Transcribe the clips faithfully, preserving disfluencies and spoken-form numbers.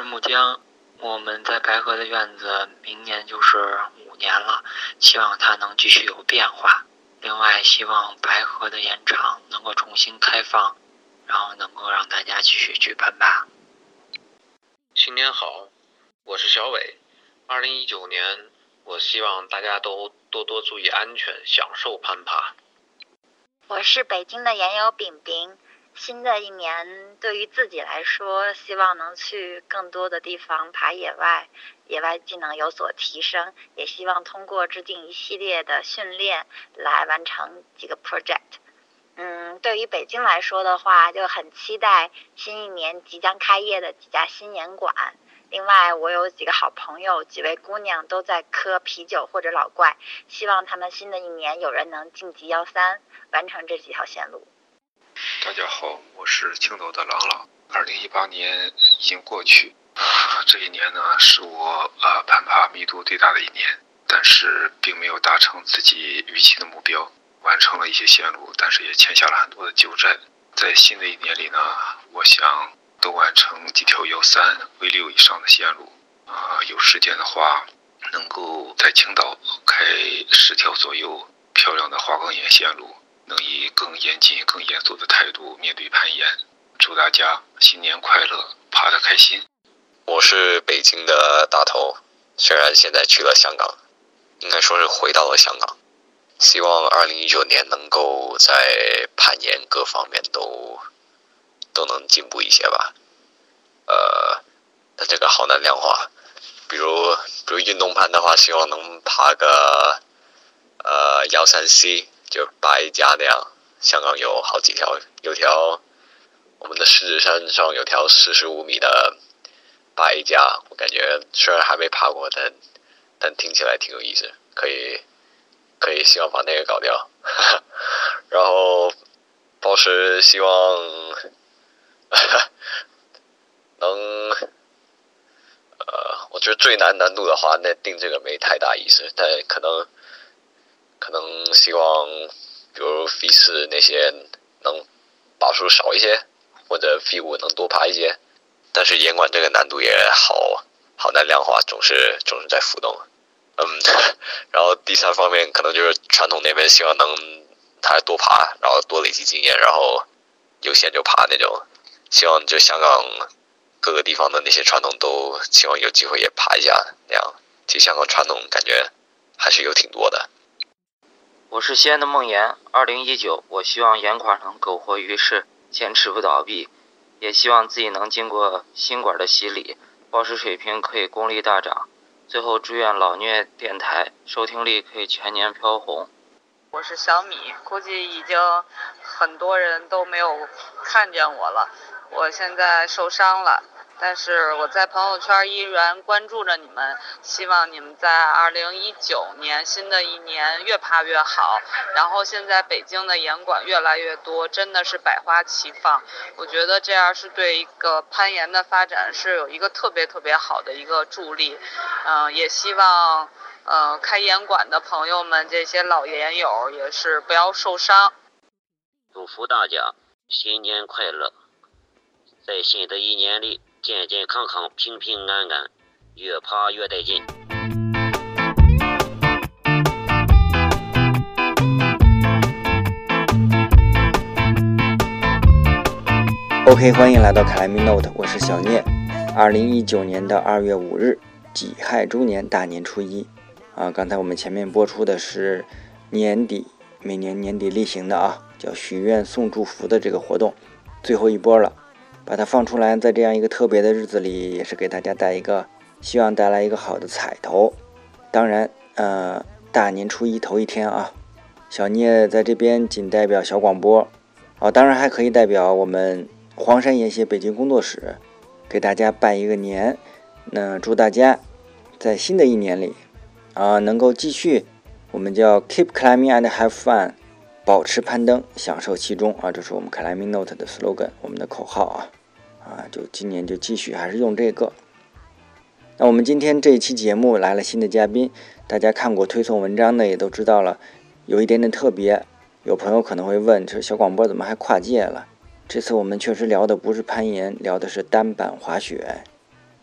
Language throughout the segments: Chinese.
木江，我们在白河的院子明年就是五年了，希望它能继续有变化。另外，希望白河的盐场能够重新开放，然后能够让大家继续去攀爬。 新年好，我是小伟。二零一九年，我希望大家都多多注意安全，享受攀爬。 我是北京的研友饼饼。新的一年对于自己来说，希望能去更多的地方爬野外，野外技能有所提升，也希望通过制定一系列的训练来完成几个 project。嗯，对于北京来说的话，就很期待新一年即将开业的几家新盐馆。另外，我有几个好朋友，几位姑娘都在磕啤酒或者老怪，希望他们新的一年有人能晋级幺三，完成这几条线路。 大家好，我是青岛的郎朗。二零一八年已经过去，啊，这一年呢是我啊攀爬密度最大的一年，但是并没有达成自己预期的目标，完成了一些线路，但是也欠下了很多的旧债。在新的一年里呢，我想都完成几条幺三 V 六以上的线路，啊，有时间的话，能够在青岛开十条左右漂亮的花岗岩线路。能以更严谨、更严肃的态度面对攀岩。祝大家新年快乐，爬得开心。 我是北京的大头，虽然现在去了香港，应该说是回到了香港。希望二零一九年能够在攀岩各方面都都能进步一些吧。呃，但这个好难量化。比如，比如运动攀的话，希望能爬个呃幺三 C。就八一加那样，香港有好几条，有条我们的狮子山上有条四十五米的八一加，我感觉虽然还没爬过，但但听起来挺有意思，可以可以希望把那个搞掉。然后宝石希望能呃，我觉得最难难度的话，那定这个没太大意思，但可能。可能希望，比如 V 四那些能把数少一些，或者 V 五能多爬一些。但是严管这个难度也好好难量化，总是总是在浮动。嗯，然后第三方面可能就是传统那边希望能还多爬，然后多累积经验，然后有闲就爬那种。希望就香港各个地方的那些传统都希望有机会也爬一下那样。其实香港传统感觉还是有挺多的。 我是西安的梦岩。二零一九，我希望盐馆能苟活于世，坚持不倒闭，也希望自己能经过新馆的洗礼，报时水平可以功力大涨。最后祝愿老聂电台收听率可以全年飘红。 我是小米，估计已经很多人都没有看见我了。我现在受伤了，但是我在朋友圈依然关注着你们，希望你们在二零一九年新的一年越爬越好。然后现在北京的岩馆越来越多，真的是百花齐放。我觉得这样是对一个攀岩的发展是有一个特别特别好的一个助力。嗯、呃，也希望呃开岩馆的朋友们，这些老岩友也是不要受伤。 祝福大家新年快乐，在新的一年里健健康康、平平安安，越爬越带劲。 OK， 欢迎来到凯莱米 Note， 我是小聂。二零一九年的二月五日，己亥猪年大年初一啊。刚才我们前面播出的是年底每年年底例行的啊，叫许愿送祝福的这个活动，最后一波了。把它放出来，在这样一个特别的日子里，也是给大家带一个，希望带来一个好的彩头。当然，呃，大年初一头一天啊，小聂在这边仅代表小广播啊，当然还可以代表我们黄山研协北京工作室，给大家拜一个年。那祝大家在新的一年里啊，能够继续，我们叫 keep climbing and have fun， 保持攀登，享受其中啊，这是我们 Climbing Note 的 slogan， 我们的口号啊。啊，就今年就继续还是用这个。那我们今天这一期节目来了新的嘉宾，大家看过推送文章的也都知道了，有一点点特别。有朋友可能会问，这小广播怎么还跨界了？这次我们确实聊的不是攀岩，聊的是单板滑雪。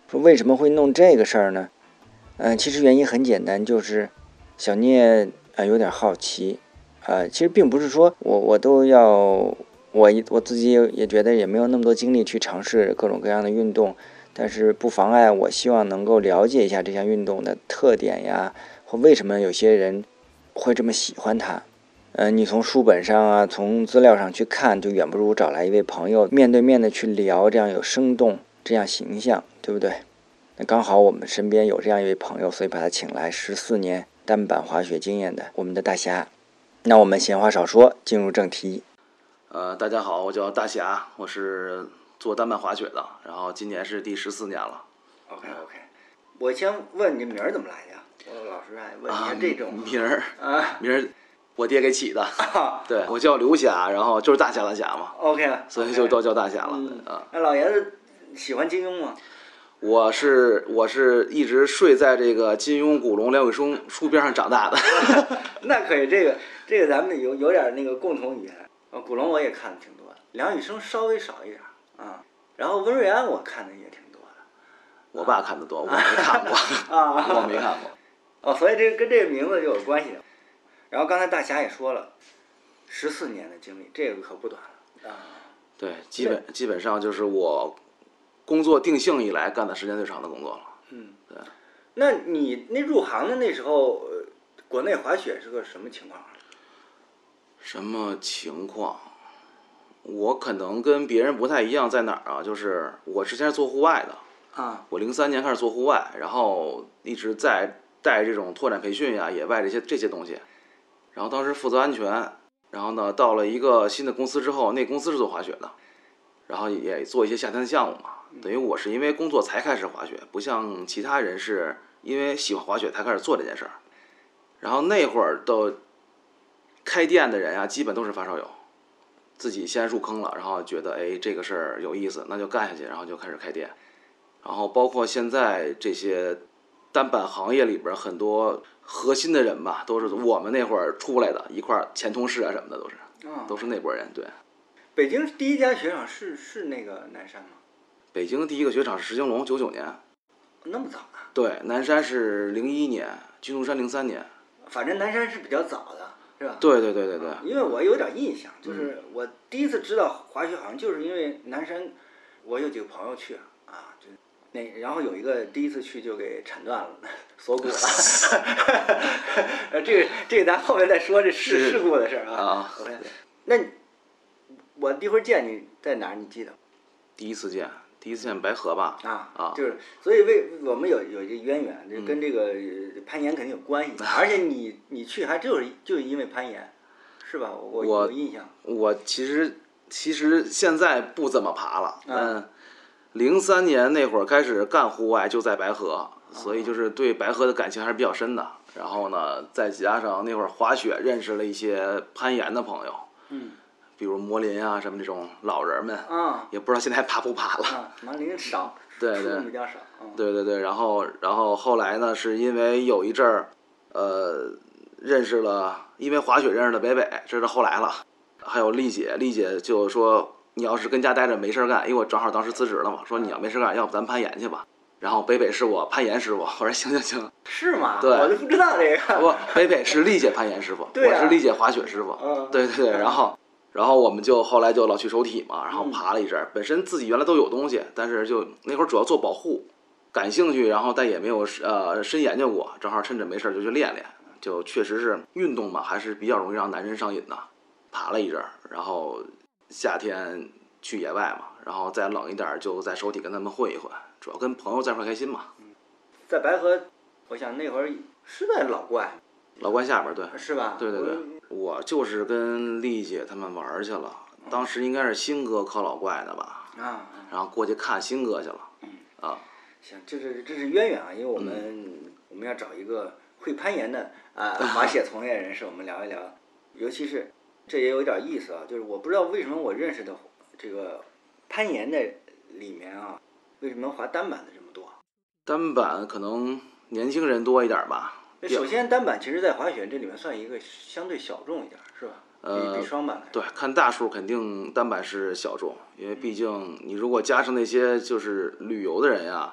说为什么会弄这个事儿呢？嗯、呃，其实原因很简单，就是小聂啊、呃、有点好奇啊、呃，其实并不是说我我都要我我自己也觉得也没有那么多精力去尝试各种各样的运动，但是不妨碍我希望能够了解一下这项运动的特点呀，或为什么有些人会这么喜欢它。呃，你从书本上啊，从资料上去看，就远不如找来一位朋友面对面的去聊，这样有生动，这样形象，对不对？那刚好我们身边有这样一位朋友，所以把他请来，十四年单板滑雪经验的我们的大侠。那我们闲话少说，进入正题。 呃，大家好，我叫大侠，我是做单板滑雪的，然后今年是第十四年了。 OK OK， 我先问你名儿怎么来的？我老师还问你看这种、 啊、名儿啊， 名儿我爹给起的。对，我叫刘侠，然后就是大侠的侠嘛。 OK， 所以就都叫大侠了。 嗯、 啊， 那老爷子喜欢金庸吗？ 我是我是一直睡在这个金庸、古龙、梁羽生书边上长大的。 那可以，这个这个咱们有有点那个共同语言。啊，古龙我也看的挺多的，梁羽生稍微少一点啊。然后温瑞安我看的也挺多的。 我爸看的多，我没看过啊， 我没看过。 哦，所以这个跟这个名字就有关系。然后刚才大侠也说了，十四年的经历，这个可不短了啊。 对，基本基本上就是我工作定性以来干的时间最长的工作了。 嗯， 对。 那你那入行的那时候，国内滑雪是个什么情况？ 什么情况？我可能跟别人不太一样，在哪儿啊？就是我之前是做户外的啊， 我零三年开始做户外，然后一直在带这种拓展培训呀、野外这些这些东西。然后当时负责安全，然后呢，到了一个新的公司之后，那公司是做滑雪的，然后也做一些夏天的项目嘛。等于我是因为工作才开始滑雪，不像其他人是因为喜欢滑雪才开始做这件事儿。然后那会儿都开店的人啊，基本都是发烧友，自己先入坑了，然后觉得哎这个事儿有意思，那就干下去，然后就开始开店。然后包括现在这些单板行业里边很多核心的人吧，都是我们那会儿出来的，一块儿前同事啊什么的都是，都是那波人。对， 北京第一家雪场是是那个南山吗？ 北京第一个雪场是石兴隆，九九年。 那么早啊？ 对，南山是零一年，君中山零三年。 反正南山是比较早的，是吧？ 对对对对对。 因为我有点印象，就是我第一次知道滑雪，好像就是因为南山，我有几个朋友去啊，就那然后有一个第一次去就给铲断了，锁骨了。呃，这个这个咱后面再说这事事故的事儿啊。 啊。 OK， 那我第一回见你在哪儿？你记得？ 第一次见，第一次见白河吧？ 啊啊， 就是，所以为我们有有这渊源，这跟这个攀岩肯定有关系。嗯、而且你你去还就是就是因为攀岩，是吧？我我有印象。 我其实其实现在不怎么爬了， 嗯， 零三年那会儿开始干户外就在白河，所以就是对白河的感情还是比较深的。然后呢，再加上那会儿滑雪认识了一些攀岩的朋友， 嗯。 比如魔林啊什么这种老人们， 啊， 也不知道现在爬不爬了。 啊，魔林少， 对对， 比较少。嗯、 对对对，然后然后后来呢，是因为有一阵儿，呃，认识了，因为滑雪认识了北北，这是后来了。还有丽姐，丽姐就说你要是跟家待着没事干，因为我正好当时辞职了嘛，说你要没事干，要不咱攀岩去吧。然后北北是我攀岩师傅，我说行行行。 是吗？ 对， 我就不知道这个。 不，北北是丽姐攀岩师傅， 对啊、 我是丽姐滑雪师傅。 嗯， 对对对，然后。然后我们就后来就老去首体嘛，然后爬了一阵儿。本身自己原来都有东西，但是就那会儿主要做保护，感兴趣，然后但也没有呃深研究过，正好趁着没事就去练练。就确实是运动嘛，还是比较容易让男人上瘾的。爬了一阵儿，然后夏天去野外嘛，然后再冷一点就在首体跟他们混一混，主要跟朋友在一块开心嘛。 在白河，我想那会儿是在老怪。 老关下边对， 是吧？ 对对对，我就是跟丽姐他们玩去了，当时应该是新哥靠老怪的吧？ 啊， 然后过去看新哥去了。 嗯啊， 行，这是这是渊源啊，因为我们、嗯、我们要找一个会攀岩的啊、呃、滑雪从业人士，我们聊一聊，尤其是这也有点意思啊，就是我不知道为什么我认识的这个攀岩的里面啊，为什么滑单板的这么多？ 单板可能年轻人多一点吧。 首先，单板其实在滑雪这里面算一个相对小众一点，是吧？ 呃， 比双板来。 对，看大数肯定单板是小众，因为毕竟你如果加上那些就是旅游的人呀，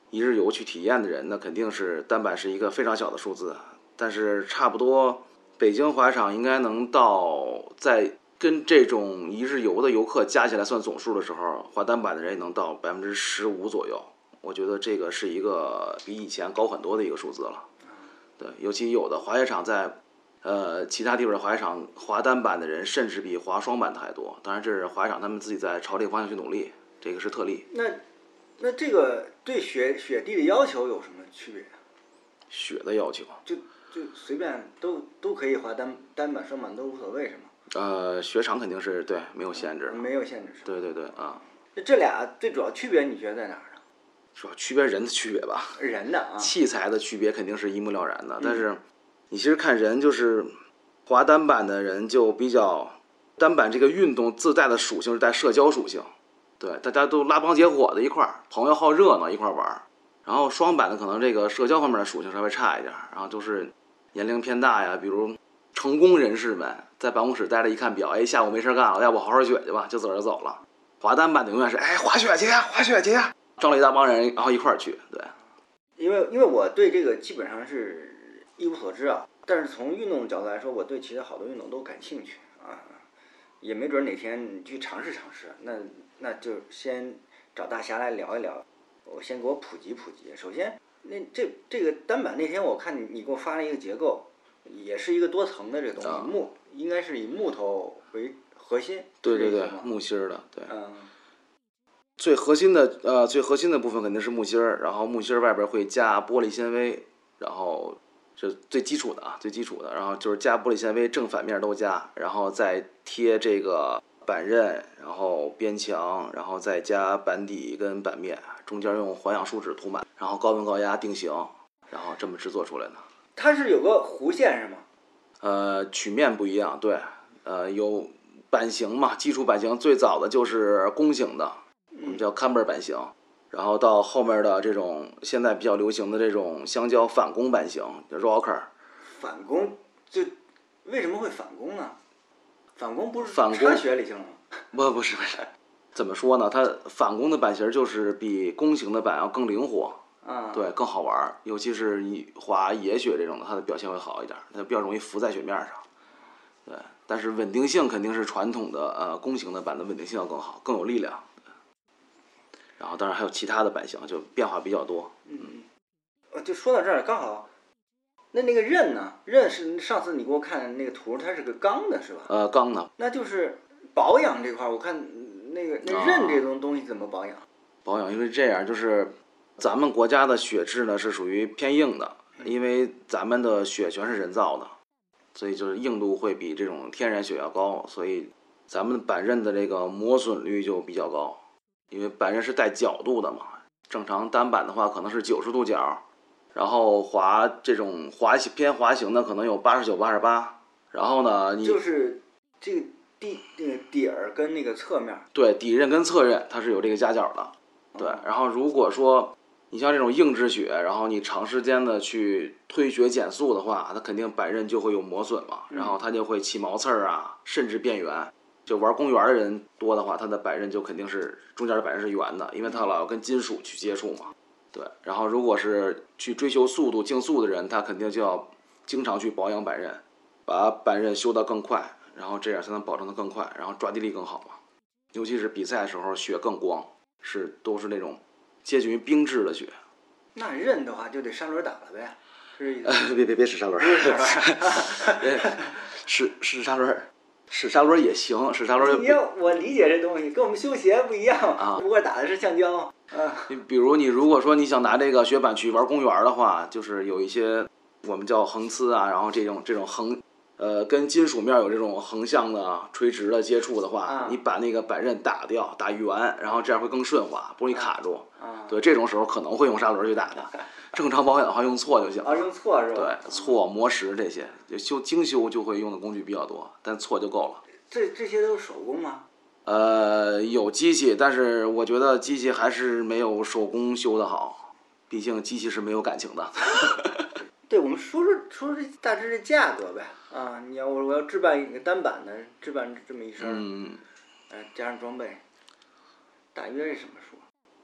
一日游去体验的人，那肯定是单板是一个非常小的数字，但是差不多北京滑雪场应该能到在跟这种一日游的游客加起来算总数的时候，滑单板的人也能到百分之十五左右。我觉得这个是一个比以前高很多的一个数字了。对，尤其有的滑雪场在呃其他地方的滑雪场滑单板的人，甚至比滑双板的还多。当然，这是滑雪场他们自己在朝这个方向去努力，这个是特例。 那那这个对雪雪地的要求有什么区别？ 雪的要求就就随便都都可以滑单单板双板都无所谓是吗？ 呃，雪场肯定是对没有限制， 没有限制是吧？ 对对对啊。 这俩最主要区别你觉得在哪儿呢？ 主要区别人的区别吧， 人的啊， 器材的区别肯定是一目了然的。嗯、但是你其实看人，就是滑单板的人就比较，单板这个运动自带的属性是带社交属性，对，大家都拉帮结伙的一块儿，朋友好热闹一块儿玩。然后双板的可能这个社交方面的属性稍微差一点，然后就是年龄偏大呀，比如成功人士们在办公室待着一看表，哎，下午没事干了，要不好好雪去吧，就自个儿就走了。滑单板的永远是哎滑雪去呀，滑雪去呀，招了一大帮人，然后一块儿去。对， 因为因为我对这个基本上是一无所知啊，但是从运动的角度来说，我对其他好多运动都感兴趣啊，也没准哪天去尝试尝试。那那就先找大侠来聊一聊，我先给我普及普及。首先，那这这个单板那天我看你你给我发了一个结构，也是一个多层的这个东西，啊、木应该是以木头为核心。 对对对，木芯儿的，对。 嗯。 最核心的呃，最核心的部分肯定是木芯儿，然后木芯儿外边会加玻璃纤维，然后是最基础的啊，最基础的，然后就是加玻璃纤维，正反面都加，然后再贴这个板刃，然后边墙，然后再加板底跟板面，中间用环氧树脂涂满，然后高温高压定型，然后这么制作出来的。 它是有个弧线是吗？ 呃，曲面不一样，对，呃，有板型嘛，基础板型最早的就是弓形的。我们叫 camber 版型，然后到后面的这种现在比较流行的这种香蕉反弓版型，叫 rocker。 反弓就为什么会反弓呢？反弓不是反插雪里去了吗？ 不，不是不是，怎么说呢？它反弓的版型就是比弓形的板要更灵活， 啊， 对，更好玩，尤其是你滑野雪这种的，它的表现会好一点，它比较容易浮在雪面上。对，但是稳定性肯定是传统的呃弓形的板的稳定性要更好，更有力量。然后当然还有其他的版型，就变化比较多。 嗯，呃，就说到这儿刚好，那那个刃呢？刃是上次你给我看的那个图，它是个钢的，是吧？ 呃，钢的。 那就是保养这块儿，我看那个那刃这种东西怎么保养？ 啊、保养因为这样，就是咱们国家的雪质呢是属于偏硬的，因为咱们的雪全是人造的，所以就是硬度会比这种天然雪要高，所以咱们板刃的这个磨损率就比较高。因为板刃是带角度的嘛，正常单板的话可能是九十度角，然后滑这种滑偏滑行的可能有八十九、八十八，然后呢，你就是这个底那个底儿跟那个侧面， 对，底刃跟侧刃它是有这个夹角的，对。然后如果说你像这种硬质雪，然后你长时间的去推雪减速的话，它肯定板刃就会有磨损嘛，然后它就会起毛刺儿啊，甚至变圆。就玩公园的人多的话，它的板刃就肯定是中间的板刃是圆的，因为它老要跟金属去接触嘛。对，然后如果是去追求速度、竞速的人，他肯定就要经常去保养板刃，把板刃修得更快，然后这样才能保证它更快，然后抓地力更好嘛。尤其是比赛的时候，雪更光，是都是那种接近于冰质的雪。 那刃的话就得砂轮打了呗，是意思？ 呃，别别别使砂轮，使使砂轮。使砂轮也行，使砂轮。 你要我理解这东西跟我们修鞋不一样啊，不过打的是橡胶。啊， 你比如你如果说你想拿这个雪板去玩公园的话，就是有一些我们叫横刺啊，然后这种这种横，呃，跟金属面有这种横向的垂直的接触的话， 啊、 你把那个板刃打掉，打圆，然后这样会更顺滑，不容易卡住。 啊， 对，这种时候可能会用砂轮去打的。正常保养的话，用锉就行。 啊，用锉是吧？ 对，锉、磨石这些，就修精修就会用的工具比较多，但锉就够了。 这这些都是手工吗？ 呃，有机器，但是我觉得机器还是没有手工修的好，毕竟机器是没有感情的。 对，我们说说说说大致的价格呗。啊，你要我我要置办一个单板的，置办这么一身， 嗯， 呃，加上装备，大约是什么数？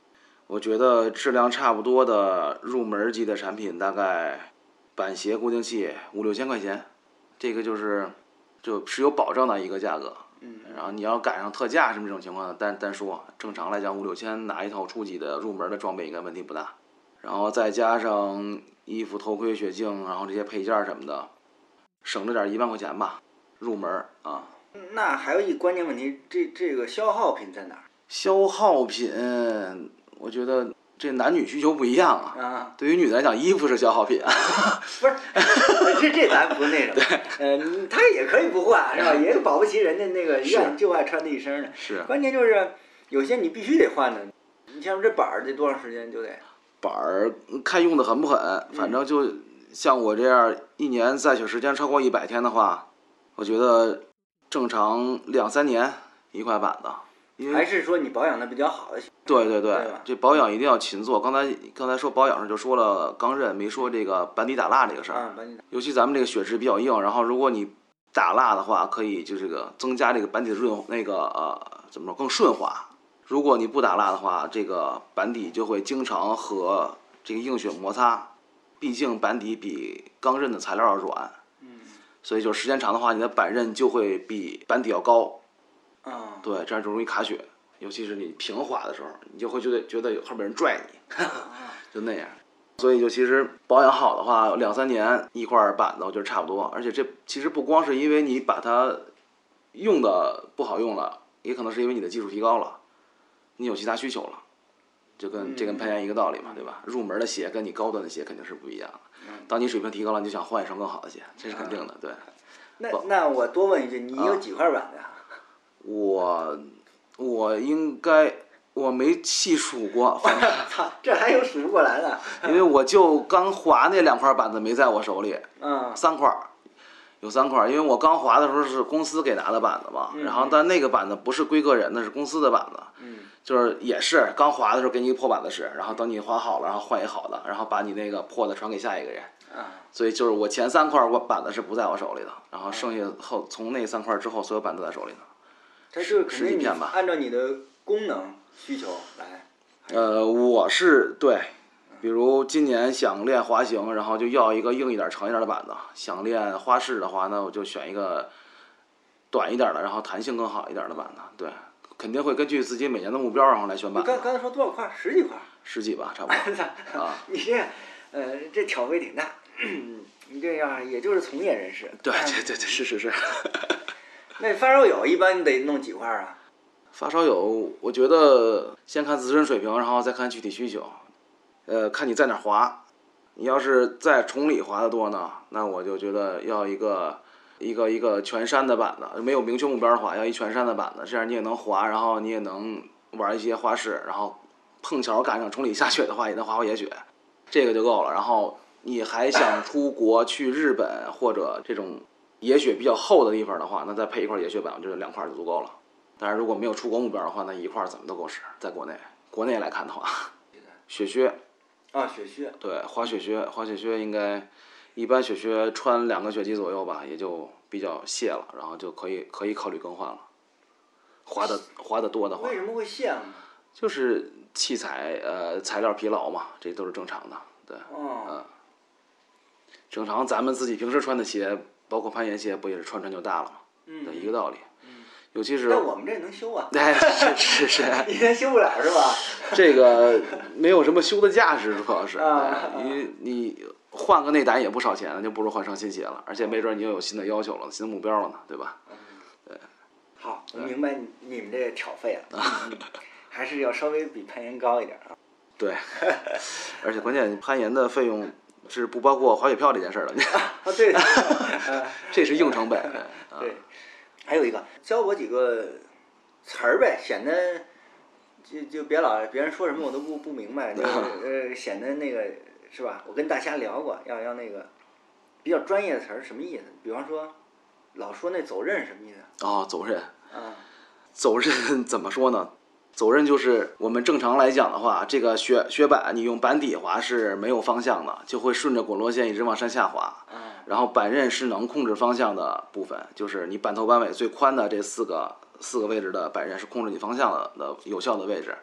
我觉得质量差不多的入门级的产品，大概板鞋固定器五六千块钱，这个就是就是有保障的一个价格。 嗯， 然后你要赶上特价什么这种情况，单单说正常来讲五六千拿一套初级的入门的装备应该问题不大。然后再加上衣服、头盔、雪镜，然后这些配件什么的，省着点一万块钱吧，入门啊。 那还有一关键问题，这这个消耗品在哪儿？ 消耗品，我觉得这男女需求不一样啊。 啊， 对于女的来讲，衣服是消耗品啊。 不是，这这咱不那什么。呃，他也可以不换，是吧？也保不齐人家那个愿就爱穿这一身的。 是。 关键就是有些你必须得换的，你像这板儿得多长时间就得。 板儿看用的狠不狠，反正就像我这样一年在雪时间超过一百天的话，我觉得正常两三年一块板子。因为还是说你保养的比较好的？ 对对对， 对这保养一定要勤做。刚才刚才说保养时就说了钢刃，没说这个板底打蜡这个事儿。 嗯， 尤其咱们这个雪质比较硬，然后如果你打蜡的话，可以就这个增加这个板底的润那个呃怎么说更顺滑。如果你不打蜡的话，这个板底就会经常和这个硬雪摩擦，毕竟板底比钢刃的材料要软。 嗯。所以就时间长的话，你的板刃就会比板底要高。 啊、嗯， 对，这样就容易卡雪，尤其是你平滑的时候，你就会觉得觉得有后边人拽你，就那样。所以就其实保养好的话，两三年一块板子，我觉得差不多。而且这其实不光是因为你把它用的不好用了，也可能是因为你的技术提高了，你有其他需求了，就跟、嗯、这跟攀岩一个道理嘛，对吧？入门的鞋跟你高端的鞋肯定是不一样的。当你水平提高了，你就想换一双更好的鞋，这是肯定的，对。 那那我多问一句，你有几块板子呀？ 啊我我应该我没细数过，反正操，这还有数不过来的。 因为我就刚划那两块板子没在我手里， 嗯， 三块，有三块，因为我刚划的时候是公司给拿的板子嘛， 嗯、 然后但那个板子不是归个人的，是公司的板子， 嗯， 就是也是刚划的时候给你一个破板子使，然后等你划好了，然后换一好的，然后把你那个破的传给下一个人。 啊， 所以就是我前三块我板子是不在我手里的，然后剩下后从那三块之后，所有板子在手里呢。 这是肯定你按照你的功能需求来。 呃，我是对，比如今年想练滑行，然后就要一个硬一点、长一点的板子；想练花式的话，那我就选一个短一点的，然后弹性更好一点的板子。对，肯定会根据自己每年的目标，然后来选板子。 刚刚才说多少块？十几块？ 十几吧，差不多。啊， 你这呃，这挑费挺大。你这样也就是从业人士。 对对对对，是是是。 那发烧友一般你得弄几块啊？ 发烧友，我觉得先看自身水平，然后再看具体需求。呃，看你在哪儿滑。你要是在崇礼滑的多呢，那我就觉得要一个一个一个全山的板子，没有明确目标的话，要一全山的板子，这样你也能滑，然后你也能玩一些花式，然后碰巧赶上崇礼下雪的话，也能滑滑野雪，这个就够了。然后你还想出国去日本或者这种野雪比较厚的地方的话，那再配一块野雪板，我觉得两块就足够了。当然，如果没有出国目标的话，那一块怎么都够使。在国内，国内来看的话，雪靴， 啊，雪靴， 对，滑雪靴，滑雪靴应该一般雪靴穿两个雪季左右吧，也就比较泄了，然后就可以可以考虑更换了。滑的滑的多的话， 为什么会泄呢？ 就是器材呃材料疲劳嘛，这都是正常的，对， 哦， 嗯，正常咱们自己平时穿的鞋。包括攀岩鞋不也是穿穿就大了吗？ 嗯， 的一个道理。 嗯， 尤其是。 但我们这能修啊。 哎，是是是。 你这修不了是吧？ 这个没有什么修的价值，主要是。 啊。 你你换个内胆也不少钱，就不如换双新鞋了，而且没准你又有新的要求了，新的目标了呢，对吧？ 嗯。对。好，我明白你你们这挑费了，嗯，还是要稍微比攀岩高一点啊。 对。而且关键攀岩的费用。是不包括滑雪票这件事儿的， 啊对， 这是硬成本。 对，还有一个教我几个词儿呗，显得就就别老别人说什么我都不不明白，那个呃显得那个是吧？我跟大家聊过，要要那个比较专业的词儿什么意思？比方说老说那走刃什么意思？ 哦，走刃。 啊， 走刃怎么说呢？走刃就是我们正常来讲的话，这个雪雪板你用板底滑是没有方向的，就会顺着滚落线一直往山下滑。然后板刃是能控制方向的部分，就是你板头板尾最宽的这四个四个位置的板刃是控制你方向的的有效的位置。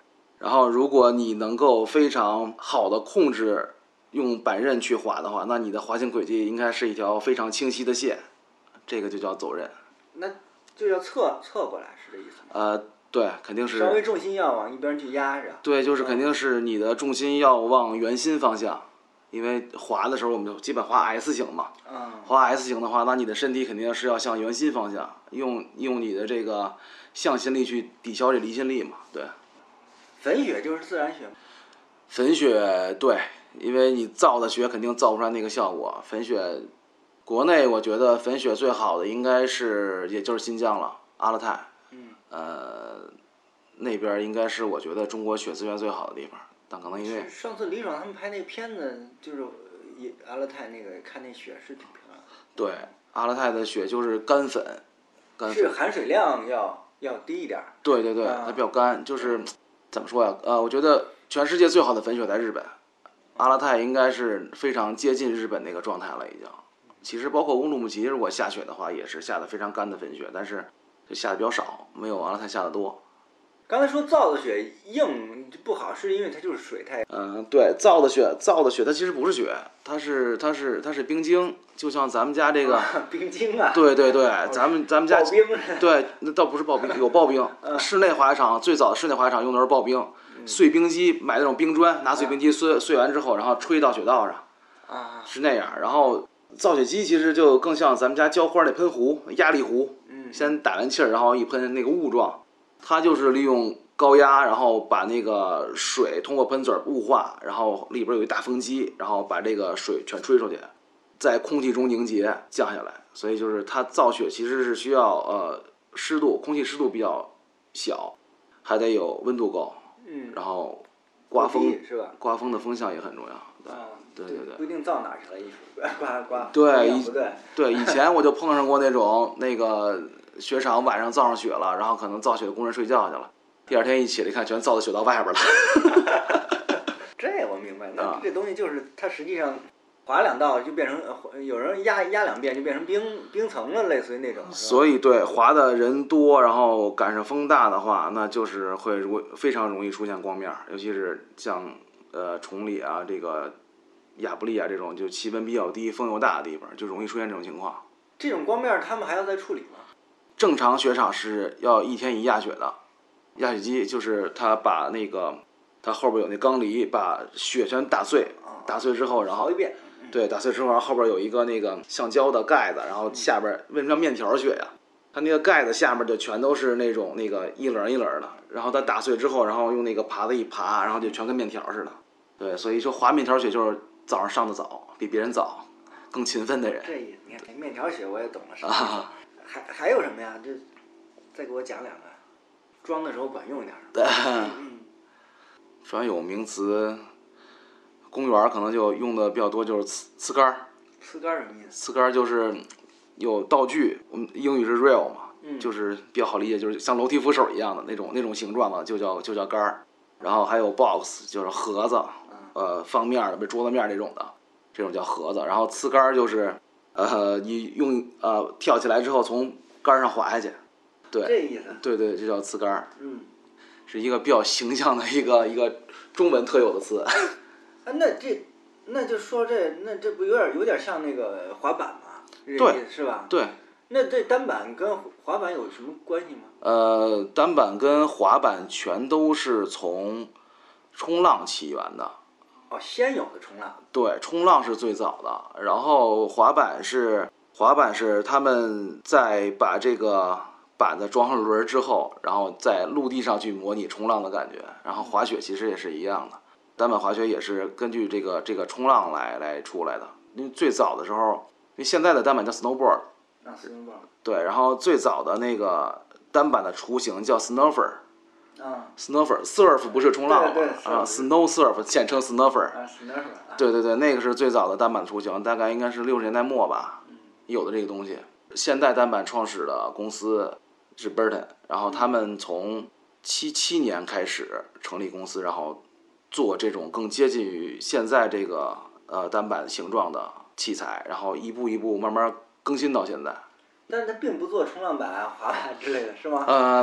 然后如果你能够非常好的控制用板刃去滑的话，那你的滑行轨迹应该是一条非常清晰的线，这个就叫走刃。 那就要侧侧过来，是这意思吗？ 呃，对，肯定是稍微重心要往一边去压着。 对，就是肯定是你的重心要往圆心方向，因为滑的时候我们就基本滑 S 型嘛。 嗯。 滑 S 型的话，那你的身体肯定是要向圆心方向，用用你的这个向心力去抵消这离心力嘛。对。 粉雪就是自然雪。 粉雪对，因为你造的雪肯定造不出来那个效果。粉雪，国内我觉得粉雪最好的应该是也就是新疆了，阿勒泰。 嗯。 呃，那边应该是我觉得中国雪资源最好的地方，但可能因为上次李爽他们拍那个片子，就是也阿勒泰那个看那雪是挺漂亮的。 对，阿勒泰的雪就是干粉，干粉是含水量要要低一点。 对对对，它比较干，就是怎么说呀？呃，我觉得全世界最好的粉雪在日本，阿勒泰应该是非常接近日本那个状态了已经。其实包括乌鲁木齐，如果下雪的话，也是下的非常干的粉雪，但是就下的比较少，没有阿勒泰下的多。 刚才说造的雪硬不好，是因为它就是水太…… 嗯，对，造的雪，造的雪它其实不是雪，它是它是它是冰晶，就像咱们家这个、 啊、冰晶啊。 对对对，咱们咱们家刨冰。 对，那倒不是刨冰，有刨冰。 嗯、 室内滑雪场最早的室内滑雪场用的是刨冰， 嗯、 碎冰机买那种冰砖，拿碎冰机碎、嗯、碎完之后，然后吹到雪道上， 啊， 是那样。然后造雪机其实就更像咱们家浇花那喷壶、压力壶， 嗯， 先打完气儿，然后一喷那个雾状，它就是利用高压，然后把那个水通过喷嘴雾化，然后里边有一大风机，然后把这个水全吹出去，在空气中凝结降下来。所以就是它造雪其实是需要呃湿度，空气湿度比较小，还得有温度够， 嗯， 然后刮风是吧？ 刮风的风向也很重要。对、 啊、 对对对， 不一定造哪儿去了，一刮刮。 对，以对对以前我就碰上过那种那个雪场晚上造上雪了，然后可能造雪的工人睡觉去了。第二天一起来看，全造到雪道外边了。 这我明白，那这东西就是它实际上滑两道就变成，有人压压两遍就变成冰冰层了，类似于那种。 所以对滑的人多，然后赶上风大的话，那就是会容非常容易出现光面，尤其是像呃崇礼啊、这个亚布力啊这种就气温比较低、风又大的地方，就容易出现这种情况。 这种光面他们还要再处理吗？ 正常雪场是要一天一压雪的。压雪机就是它把那个，它后边有那钢犁，把雪全打碎，打碎之后，然后一遍， 对，打碎之后，然后后边有一个那个橡胶的盖子，然后下边为什么叫面条雪呀？它那个盖子下面就全都是那种那个一棱一棱的，然后它打碎之后，然后用那个耙子一耙，然后就全跟面条似的。对，所以说滑面条雪就是早上上的早，比别人早，更勤奋的人。 这意思，你看面条雪我也懂了，是吧？ 啊、 还还有什么呀？这再给我讲两个。装的时候管用一点。 对，专有名词，公园可能就用的比较多，就是呲呲杆儿。 呲杆儿什么意思？ 呲杆儿就是有道具，我们英语是 rail 嘛， 嗯、 就是比较好理解，就是像楼梯扶手一样的那种那种形状的，就叫就叫杆儿。然后还有 box， 就是盒子，呃，方面的，比如桌子面那种的，这种叫盒子。然后呲杆儿就是，呃，你用呃跳起来之后从杆上滑下去。对， 这意思。 对对，这叫呲杆儿。 嗯， 是一个比较形象的一个一个中文特有的词。 啊，那这，那就说这，那这不有点有点像那个滑板吗？ 对， 是吧？ 对。 那这单板跟滑板有什么关系吗？ 呃，单板跟滑板全都是从冲浪起源的。 哦，先有的冲浪。 对，冲浪是最早的，然后滑板是滑板是他们在把这个板子装上轮之后，然后在陆地上去模拟冲浪的感觉。然后滑雪其实也是一样的，单板滑雪也是根据这个这个冲浪来来出来的。因为最早的时候，因为现在的单板叫 snowboard。 啊 snowboard。 对，然后最早的那个单板的雏形叫 snurfer。 啊。 snurfer surf 不是冲浪吗？ 对对啊 ，snow surf 简称 snurfer。 啊 snurfer。 对对对，那个是最早的单板雏形，大概应该是六十年代末吧，有的这个东西。现代单板创始的公司是 Burton， 然后他们从七七年开始成立公司，然后做这种更接近于现在这个呃单板形状的器材，然后一步一步慢慢更新到现在。 但是他并不做冲浪板、滑板之类的，是吗？ 嗯、呃，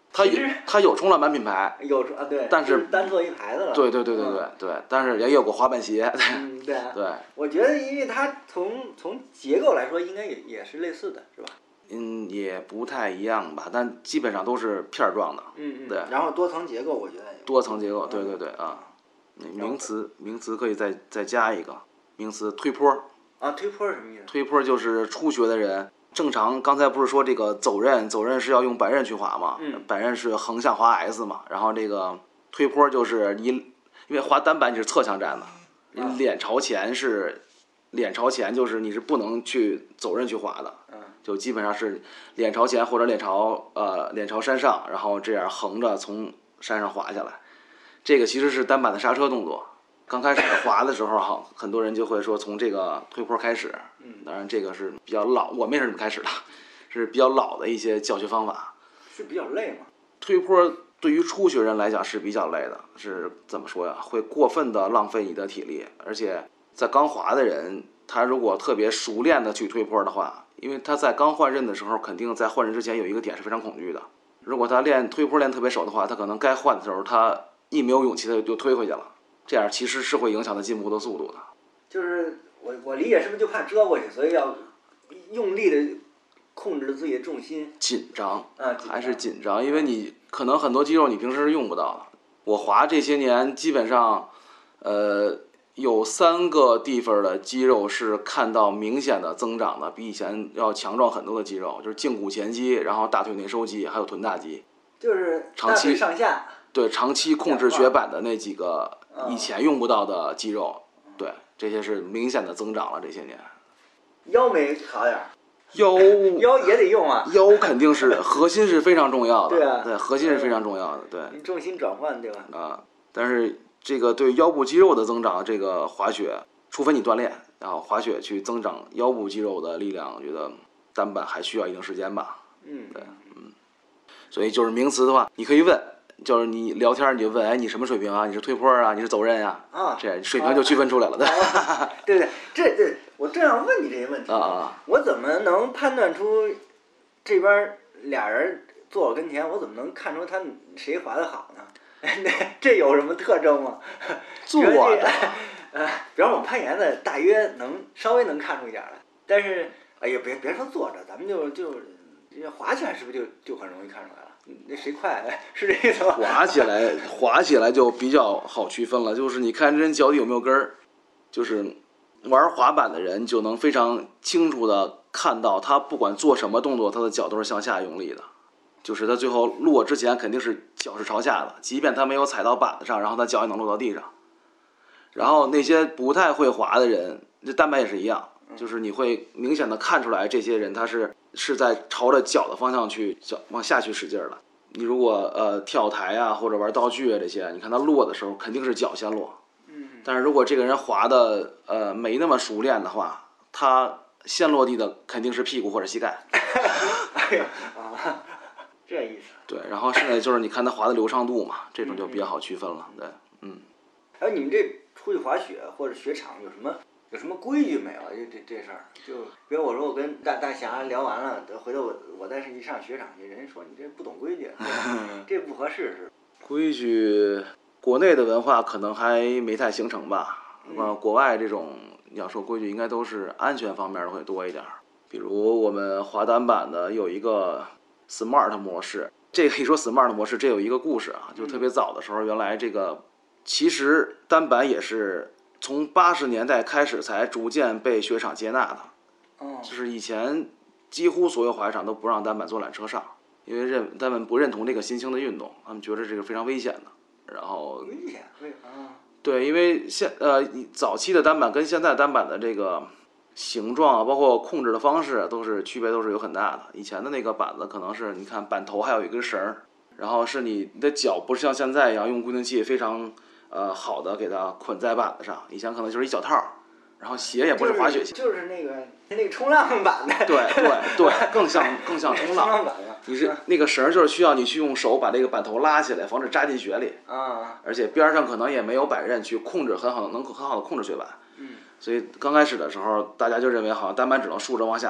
它有它有冲浪板品牌， 有啊对， 但是单做一牌子了。 对对对对对、嗯、对，但是也有过滑板鞋。 嗯，对啊。 对， 我觉得因为它从从结构来说，应该也也是类似的，是吧？ 嗯，也不太一样吧，但基本上都是片状的。 嗯嗯。 对。 然后多层结构，我觉得。 多层结构，对对对啊。名词名词可以再再加一个名词推坡。 啊，推坡是什么意思？ 推坡就是初学的人，正常刚才不是说这个走刃，走刃是要用板刃去滑嘛？ 嗯。 板刃是横向滑 S 嘛，然后这个推坡就是你，因为滑单板你是侧向站的，你脸朝前是。脸朝前就是你是不能去走刃去滑的， 嗯， 就基本上是脸朝前或者脸朝呃脸朝山上，然后这样横着从山上滑下来。这个其实是单板的刹车动作。刚开始滑的时候哈，很多人就会说从这个推坡开始， 嗯， 当然这个是比较老，我们也是这么开始的，是比较老的一些教学方法。 是比较累吗？ 推坡对于初学人来讲是比较累的，是怎么说呀？会过分的浪费你的体力，而且。在刚滑的人，他如果特别熟练的去推坡的话，因为他在刚换刃的时候，肯定在换刃之前有一个点是非常恐惧的。如果他练推坡练特别熟的话，他可能该换的时候，他一没有勇气，他就推回去了。这样其实是会影响他进步的速度的。 就是我我理解是不是就怕折过去，所以要用力的控制自己的重心， 紧张啊， 还是紧张，因为你可能很多肌肉你平时是用不到的。我滑这些年基本上，呃。有三个地方的肌肉是看到明显的增长的，比以前要强壮很多的肌肉，就是胫骨前肌，然后大腿内收肌，还有臀大肌。 就是长期上下。 对，长期控制雪板的那几个以前用不到的肌肉，嗯、对，这些是明显的增长了这些年。 腰没好点儿。 腰腰也得用啊。 腰肯定是核心是非常重要的。 对啊。 对，核心是非常重要的，对。 你重心转换，对吧？ 啊，但是。这个对腰部肌肉的增长，这个滑雪，除非你锻炼，然后滑雪去增长腰部肌肉的力量，我觉得单板还需要一定时间吧。 嗯， 对，嗯。所以就是名词的话，你可以问，就是你聊天你就问，哎，你什么水平啊？你是推坡啊？你是走刃呀？ 啊， 这水平就区分出来了，对。 啊、对对，这这我正要问你这些问题啊， 我怎么能判断出这边俩人坐我跟前，我怎么能看出他谁滑得好呢？这有什么特征吗？ 坐的， 呃，比方我攀岩的，大约能稍微能看出一点来，但是哎呀，别别说坐着，咱们就就滑起来，是不是就就很容易看出来了？那谁快，是这意思吗？ 滑起来，滑起来就比较好区分了，就是你看这人脚底有没有跟儿，就是玩滑板的人就能非常清楚的看到，他不管做什么动作，他的脚都是向下用力的。就是他最后落之前肯定是脚是朝下的，即便他没有踩到板子上，然后他脚也能落到地上。然后那些不太会滑的人，这单板也是一样，就是你会明显的看出来这些人他是是在朝着脚的方向去脚往下去使劲的。你如果呃跳台啊或者玩道具啊这些，你看他落的时候肯定是脚先落。但是如果这个人滑的呃没那么熟练的话，他先落地的肯定是屁股或者膝盖。 哎呀啊！这意思。 对，然后剩下就是你看它滑的流畅度嘛，这种就比较好区分了。对，嗯。 还有你们这出去滑雪或者雪场有什么有什么规矩没有？这这这事儿，就比如我说我跟大大侠聊完了，回头我我再是一上雪场去，人家说你这不懂规矩，这不合适是。 规矩，国内的文化可能还没太形成吧。嗯。国外这种你要说规矩，应该都是安全方面的会多一点。比如我们滑单板的有一个。Smart 模式，这个一说 Smart 模式，这有一个故事啊，就特别早的时候，原来这个其实单板也是从八十年代开始才逐渐被雪场接纳的。 哦， 就是以前几乎所有滑雪场都不让单板坐缆车上，因为认他们不认同这个新兴的运动，他们觉得这个非常危险的。然后危险，危啊。 对，因为现呃早期的单板跟现在单板的这个。形状啊，包括控制的方式都是区别，都是有很大的。以前的那个板子可能是你看板头还有一根绳儿，然后是你的脚不是像现在一样用固定器非常呃好的给它捆在板子上，以前可能就是一脚套，然后鞋也不是滑雪鞋， 就是、就是那个那个冲浪板的， 对对对，更像更像冲浪。 冲浪板了。 你是那个绳就是需要你去用手把这个板头拉起来，防止扎进雪里。 啊。 而且边上可能也没有板刃去控制很好，能很好的控制雪板。 嗯。 所以刚开始的时候，大家就认为好像单板只能竖着往下滑，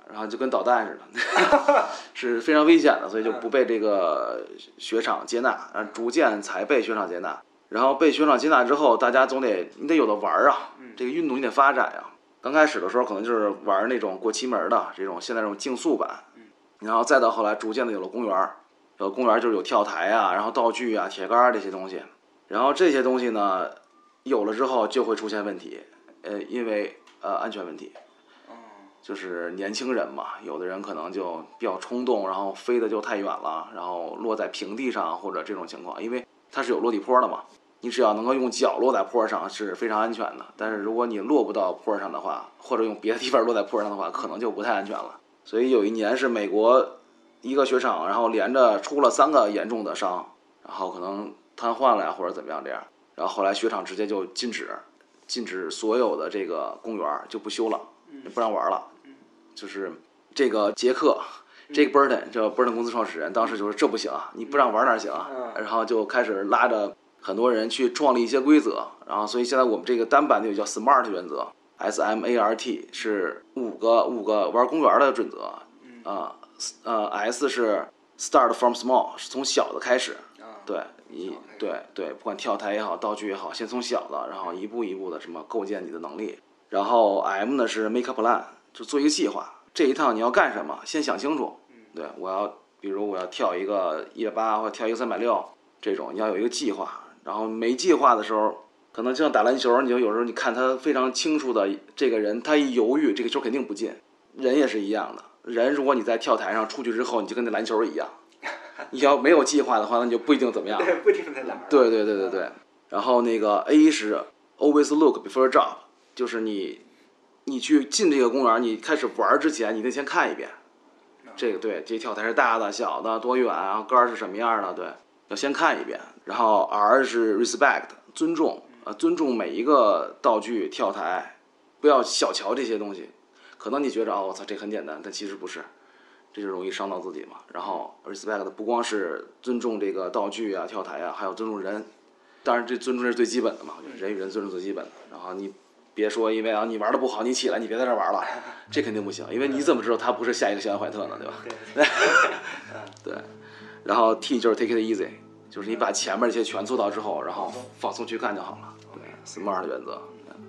然后就跟导弹似的，是非常危险的，所以就不被这个雪场接纳，然后逐渐才被雪场接纳。然后被雪场接纳之后，大家总得你得有的玩啊，这个运动你得发展呀。刚开始的时候可能就是玩那种过七门的这种现在这种竞速版，然后再到后来逐渐的有了公园，有公园就是有跳台啊，然后道具啊、铁杆这些东西，然后这些东西呢有了之后就会出现问题，呃，因为呃安全问题。就是年轻人嘛，有的人可能就比较冲动，然后飞的就太远了，然后落在平地上或者这种情况，因为它是有落地坡的嘛，你只要能够用脚落在坡上是非常安全的，但是如果你落不到坡上的话，或者用别的地方落在坡上的话，可能就不太安全了。所以有一年是美国一个雪场，然后连着出了三个严重的伤，然后可能瘫痪了呀或者怎么样这样，然后后来雪场直接就禁止禁止所有的这个公园就不修了，不让玩了。就是这个杰克，这个 Burton， 这 Burton 公司创始人，当时就是这不行啊，你不让玩哪行啊？然后就开始拉着很多人去创立一些规则，然后所以现在我们这个单板就叫 SMART 原则 ，S M A R T 是五个五个玩公园的准则，啊呃 S 是 Start from small， 是从小的开始，对，一对对，不管跳台也好，道具也好，先从小的，然后一步一步的什么构建你的能力，然后 M 呢是 Make a plan。就做一个计划，这一趟你要干什么，先想清楚。对，我要，比如我要跳一个一百八或者跳一个三百六，这种你要有一个计划。然后没计划的时候，可能就像打篮球，你就有时候你看他非常清楚的这个人，他一犹豫，这个球肯定不进。人也是一样的，人如果你在跳台上出去之后，你就跟那篮球一样，你要没有计划的话，那你就不一定怎么样。 对，不一定在哪儿。 对对对对对。然后那个 A 是 always look before jump， 就是你。你去进这个公园，你开始玩之前，你得先看一遍，这个对，这跳台是大的、小的、多远，然后杆是什么样的，对，要先看一遍。然后 R 是 respect， 尊重，呃，尊重每一个道具、跳台，不要小瞧这些东西。可能你觉着哦，我操，这很简单，但其实不是，这就容易伤到自己嘛。然后 respect 不光是尊重这个道具啊、跳台啊，还有尊重人。当然，这尊重是最基本的嘛，我觉得人与人尊重最基本的。然后你。别说因为啊你玩的不好，你起来你别在这玩了，这肯定不行，因为你怎么知道他不是下一个小安怀特呢，对吧？对，对。然后 T 就是 take it easy， 就是你把前面这些全做到之后，然后放松去干就好了。对 ，SMART 原则。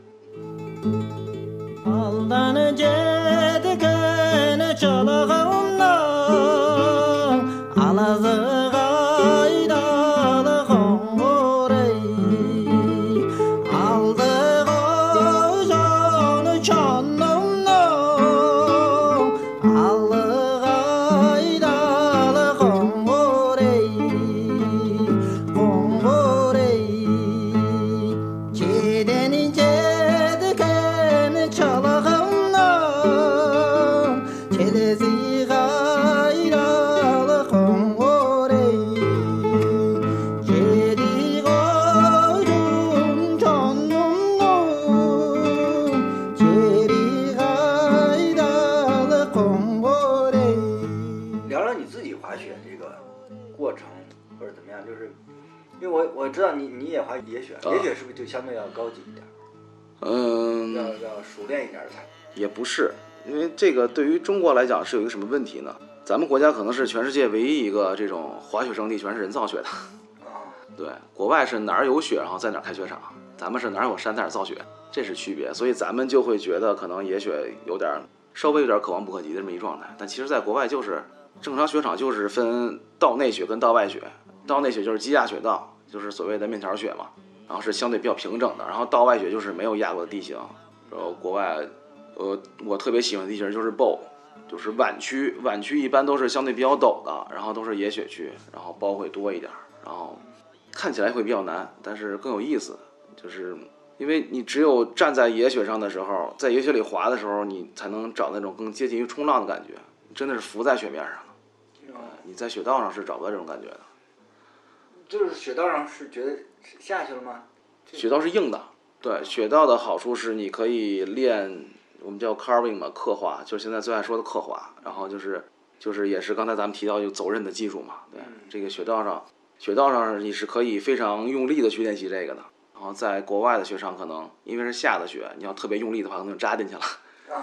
野雪，野雪是不是就相对要高级一点？ 嗯， 要要熟练一点才。 也不是，因为这个对于中国来讲是有一个什么问题呢？咱们国家可能是全世界唯一一个这种滑雪胜地全是人造雪的。 啊， 对，国外是哪儿有雪然后在哪儿开雪场，咱们是哪儿有山在哪儿造雪，这是区别。所以咱们就会觉得可能野雪有点稍微有点可望不可及的这么一状态。但其实在国外就是正常雪场就是分道内雪跟道外雪，道内雪就是积压雪道。就是所谓的面条雪嘛，然后是相对比较平整的，然后道外雪就是没有压过的地形。然后国外，呃，我特别喜欢的地形就是 bowl， 就是碗区，碗区一般都是相对比较陡的，然后都是野雪区，然后包会多一点，然后看起来会比较难，但是更有意思，就是因为你只有站在野雪上的时候，在野雪里滑的时候，你才能找那种更接近于冲浪的感觉，真的是浮在雪面上了。你在雪道上是找不到这种感觉的。 就是雪道上是觉得下去了吗？ 雪道是硬的，对，雪道的好处是你可以练，我们叫 carving 嘛，刻画，就是现在最爱说的刻画，然后就是就是也是刚才咱们提到有走刃的技术嘛，对，这个雪道上，雪道上你是可以非常用力的去练习这个的，然后在国外的雪场可能因为是下的雪，你要特别用力的话可能就扎进去了，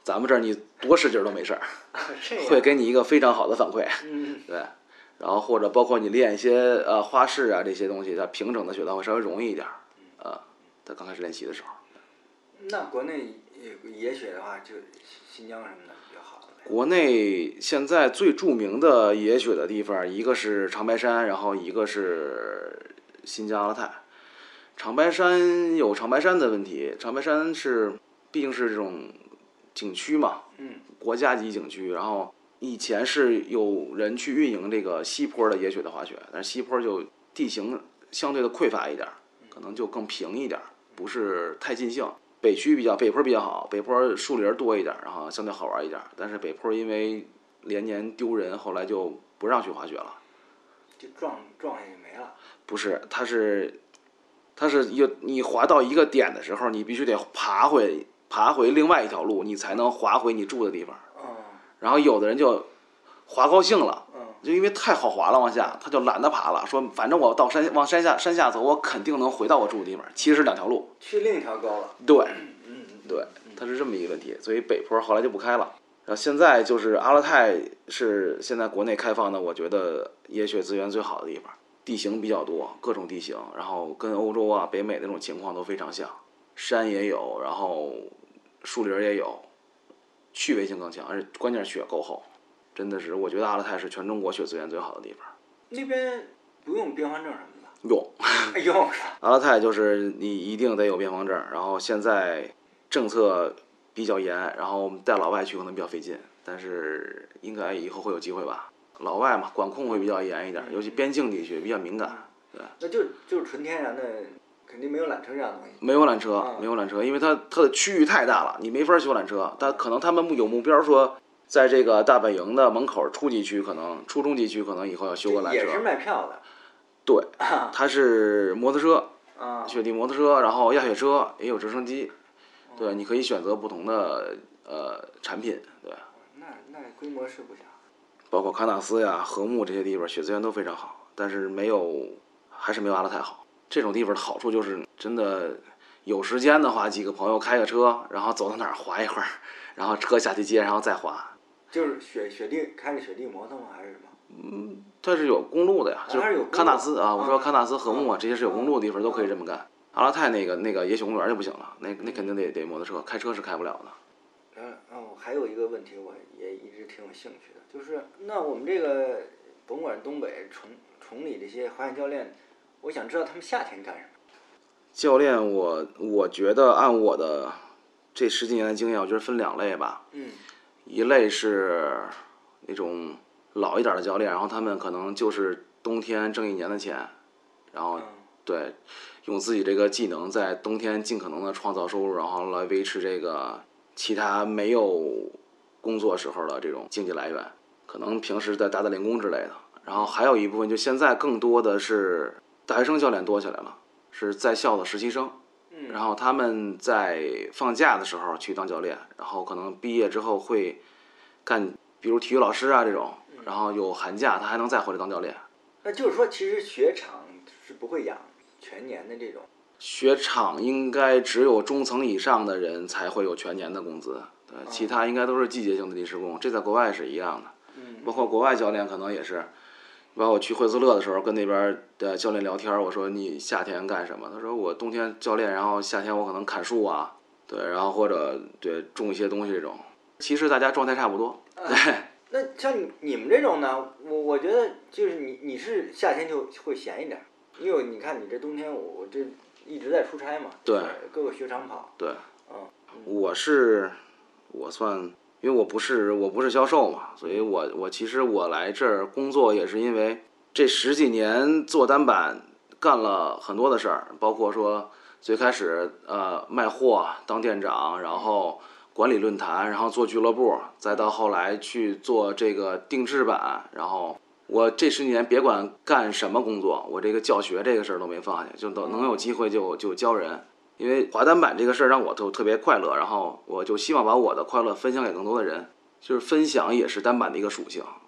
咱们这儿你多使劲都没事儿， 这样会给你一个非常好的反馈。 嗯， 对，然后或者包括你练一些呃花式啊这些东西，它平整的学到会稍微容易一点儿，呃，在刚开始练习的时候。 那国内野雪的话，就新疆什么的比较好。 国内现在最著名的野雪的地方，一个是长白山，然后一个是新疆阿勒泰。长白山有长白山的问题，长白山是毕竟是这种景区嘛， 嗯， 国家级景区，然后以前是有人去运营这个西坡的野雪的滑雪，但是西坡就地形相对的匮乏一点，可能就更平一点，不是太尽兴。北区比较北坡比较好，北坡树林多一点，然后相对好玩一点。但是北坡因为连年丢人，后来就不让去滑雪了， 就撞撞下去没了。 不是，它是它是一你滑到一个点的时候，你必须得爬回爬回另外一条路，你才能滑回你住的地方。 嗯。 然后有的人就滑高兴了， 嗯， 就因为太好滑了，往下他就懒得爬了，说反正我到山往山下山下走，我肯定能回到我住的地方。其实是两条路， 去另一条沟了。 对， 嗯， 对，它是这么一个问题，所以北坡后来就不开了。然后现在就是阿勒泰是现在国内开放的，我觉得野雪资源最好的地方，地形比较多，各种地形，然后跟欧洲啊、北美那种情况都非常像，山也有，然后树林也有，趣味性更强，而且关键是雪够厚。真的是，我觉得阿勒泰是全中国雪资源最好的地方。 那边不用边防证什么的？ 用， 用。 阿勒泰就是你一定得有边防证，然后现在政策比较严，然后我们带老外去可能比较费劲，但是应该以后会有机会吧。老外嘛，管控会比较严一点，尤其边境地区比较敏感。对， 那就就是纯天然的，肯定没有缆车这样的东西。 没有缆车，没有缆车，因为它它的区域太大了，你没法修缆车。但可能他们有目标说。在这个大本营的门口初级区，可能初中级区可能以后要修个缆车。 也是卖票的。 对，它是摩托车， 啊， 雪地摩托车，然后压雪车，也有直升机。对，你可以选择不同的呃产品。对。 那那规模是不小。 包括喀纳斯呀、禾木这些地方，雪资源都非常好，但是没有，还是没有阿勒泰好。这种地方的好处就是真的有时间的话，几个朋友开个车，然后走到哪儿滑一会儿，然后车下去接，然后再滑。 就是雪雪地开着雪地摩托吗？还是什么？ 嗯，它是有公路的呀， 啊、 就是喀纳斯啊，我说喀纳斯、禾木啊，这些是有公路的地方都可以这么干。阿勒泰那个那个野雪公园就不行了，那那肯定得得摩托车，开车是开不了的。 嗯哦，还有一个问题我也一直挺有兴趣的，就是那我们这个甭管东北、崇崇礼这些滑雪教练，我想知道他们夏天干什么。 教练我，我我觉得按我的这十几年的经验，我觉得分两类吧。 嗯。 一类是那种老一点的教练，然后他们可能就是冬天挣一年的钱，然后对用自己这个技能在冬天尽可能的创造收入，然后来维持这个其他没有工作时候的这种经济来源，可能平时在打打零工之类的。然后还有一部分就现在更多的是大学生教练多起来了，是在校的实习生。然后他们在放假的时候去当教练，然后可能毕业之后会干，比如体育老师啊这种，然后有寒假他还能再回来当教练。 那就是说，其实雪场是不会养全年的这种。 雪场应该只有中层以上的人才会有全年的工资，对，其他应该都是季节性的临时工，这在国外是一样的。 嗯， 包括国外教练可能也是。包括我去惠斯勒的时候，跟那边的教练聊天，我说你夏天干什么？他说我冬天教练，然后夏天我可能砍树啊，对，然后或者对种一些东西这种。其实大家状态差不多。对。 啊、那像你你们这种呢，我我觉得就是你你是夏天就会闲一点，因为你看你这冬天我我这一直在出差嘛， 对， 各个雪场跑。 对。 嗯。 我是我算。因为我不是我不是销售嘛，所以我我其实我来这儿工作也是因为这十几年做单板干了很多的事儿，包括说最开始呃卖货当店长，然后管理论坛，然后做俱乐部，再到后来去做这个定制板，然后我这十几年别管干什么工作，我这个教学这个事儿都没放下，就都能有机会就就教人。因为滑单板这个事儿让我都特别快乐，然后我就希望把我的快乐分享给更多的人，就是分享也是单板的一个属性。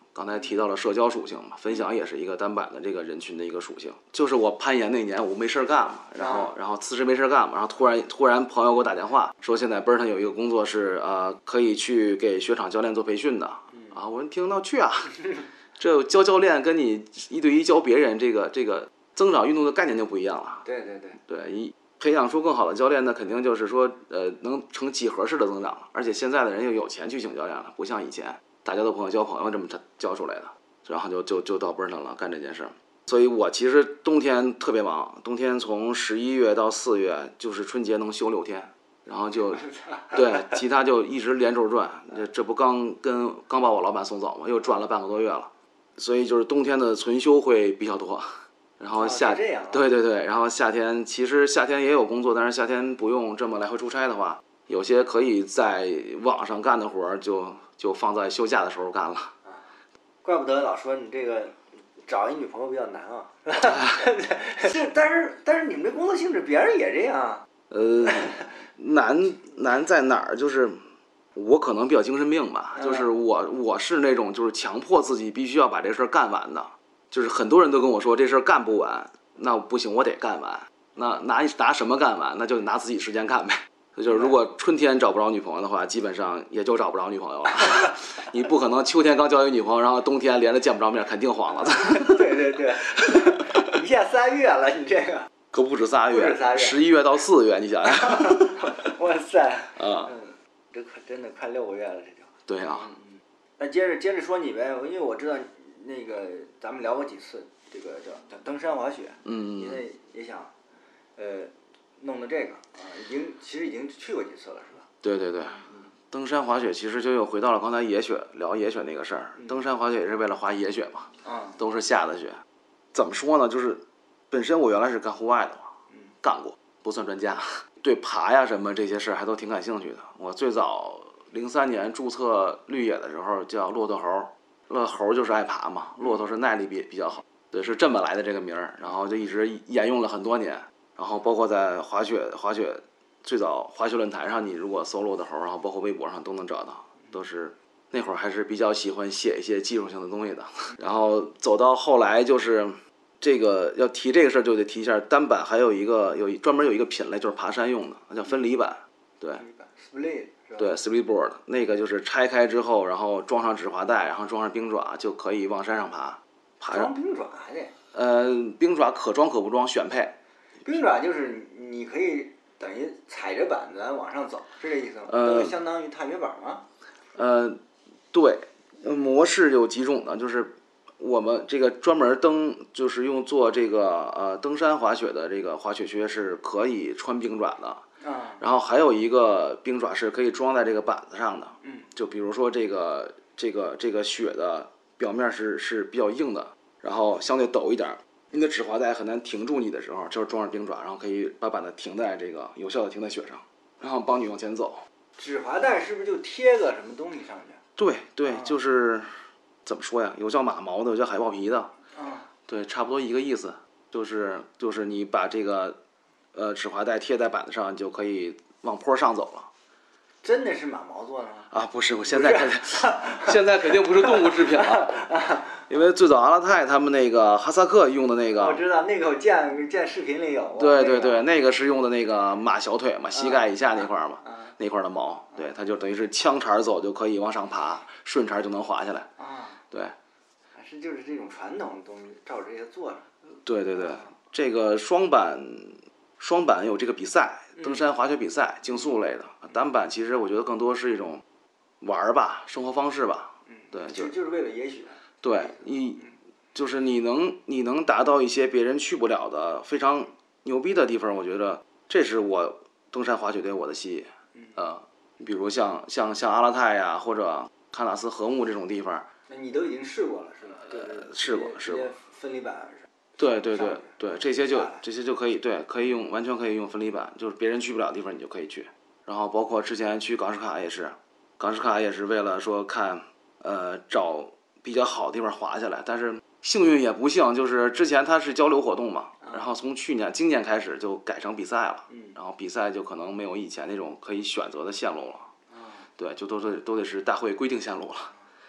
刚才提到了社交属性嘛，分享也是一个单板的这个人群的一个属性。就是我攀岩那年我没事干嘛，然后然后辞职没事干嘛，然后突然突然朋友给我打电话说现在 Burton 有一个工作是呃可以去给雪场教练做培训的啊，我说听到去啊，这教教练跟你一对一教别人，这个这个增长运动的概念就不一样了。 对对对对，一培养出更好的教练，那肯定就是说呃能成几何式的增长了。而且现在的人又有钱去请教练了，不像以前大家都朋友交朋友这么教出来的，然后就就就到 Burton 了干这件事儿。所以我其实冬天特别忙，冬天从十一月到四月，就是春节能休六天，然后就对其他就一直连轴转。这这不刚跟刚把我老板送走嘛，又转了半个多月了，所以就是冬天的存休会比较多。然后夏、 哦、这样、啊、 对对对，然后夏天其实夏天也有工作，但是夏天不用这么来回出差的话，有些可以在网上干的活儿就就放在休假的时候干了。 啊，怪不得老说你这个找一女朋友比较难啊。是，但是但是你们这工作性质，别人也这样啊。 呃，难难在哪儿？就是我可能比较精神病吧，就是我我是那种就是强迫自己必须要把这事儿干完的。就是很多人都跟我说这事儿干不完，那不行，我得干完。那拿拿什么干完？那就拿自己时间干呗。就是如果春天找不着女朋友的话，基本上也就找不着女朋友了。你不可能秋天刚交一女朋友，然后冬天连着见不着面，肯定黄了。 对对对，一下三月了，你这个可不止仨月， 月十一月到四月，你想想。 哇塞！ 啊、 嗯，这快真的快六个月了，这就。 对啊。 嗯，那接着接着说你呗，因为我知道那个咱们聊过几次这个叫叫登山滑雪， 嗯， 因为也想，呃，弄的这个啊，已经其实已经去过几次了，是吧？ 对对对。登山滑雪其实就又回到了刚才野雪聊野雪那个事儿， 嗯、 登山滑雪也是为了滑野雪嘛， 啊、嗯， 都是下的雪。怎么说呢？就是本身我原来是干户外的嘛， 嗯，干过，不算专家，对爬呀什么这些事儿还都挺感兴趣的。我最早零三年注册绿野的时候叫骆驼猴，那猴就是爱爬嘛，骆驼是耐力比比较好，对，是这么来的这个名儿，然后就一直沿用了很多年。然后包括在滑雪滑雪。最早滑雪论坛上，你如果搜骆驼猴，然后包括微博上都能找到，都是那会儿还是比较喜欢写一些技术性的东西的。然后走到后来，就是这个要提这个事儿，就得提一下单板，还有一个有专门有一个品类就是爬山用的，那叫分离板。对 ，split 对 split board 那个就是拆开之后，然后装上止滑带，然后装上冰爪，就可以往山上爬。爬上装冰爪还得？ 呃，冰爪可装可不装，选配。 冰爪就是你可以。等于踩着板子往上走，是这意思吗？ 呃， 相当于踏雪板吗？ 呃，对，模式有几种呢？就是我们这个专门登，就是用做这个呃登山滑雪的这个滑雪靴是可以穿冰爪的。 啊。 然后还有一个冰爪是可以装在这个板子上的。 嗯。 就比如说这个这个这个雪的表面是是比较硬的，然后相对陡一点。你的止滑带很难停住你的时候，就是装上冰爪，然后可以把板子停在这个有效的停在雪上，然后帮你往前走。 止滑带是不是就贴个什么东西上去？ 对对， 啊、 就是怎么说呀？有叫马毛的，有叫海豹皮的。 啊。 对，差不多一个意思，就是就是你把这个呃止滑带贴在板子上，就可以往坡上走了。 真的是马毛做的吗？ 啊，不是，我现在肯定现在肯定不是动物制品了。因为最早阿拉泰他们那个哈萨克用的那个， 我知道那个我见见视频里有。 对对对，那个是用的那个马小腿嘛，膝盖以下那块嘛， 啊、 那块的毛，对，它就等于是枪茬走就可以往上爬，顺茬就能滑下来。 啊， 对， 还是就是这种传统的东西，照着这些做着。 对对对，这个双板双板有这个比赛，登山滑雪比赛，竞速类的。单板其实我觉得更多是一种玩儿吧，生活方式吧。 嗯， 对， 就就是为了野雪。 对，你就是你能你能达到一些别人去不了的非常牛逼的地方，我觉得这是我登山滑雪对我的吸引。 嗯， 呃，比如像像像阿拉泰呀，或者喀纳斯禾木这种地方。 那你都已经试过了是吧？ 呃，试过试过。 分离板。 对对对对，这些就这些就可以对，可以用完全可以用分离板，就是别人去不了的地方你就可以去。然后包括之前去冈什卡也是，冈什卡也是为了说看呃找比较好的地方滑下来，但是幸运也不幸，就是之前它是交流活动嘛，然后从去年今年开始就改成比赛了，然后比赛就可能没有以前那种可以选择的线路了，对，就都是都得是大会规定线路了，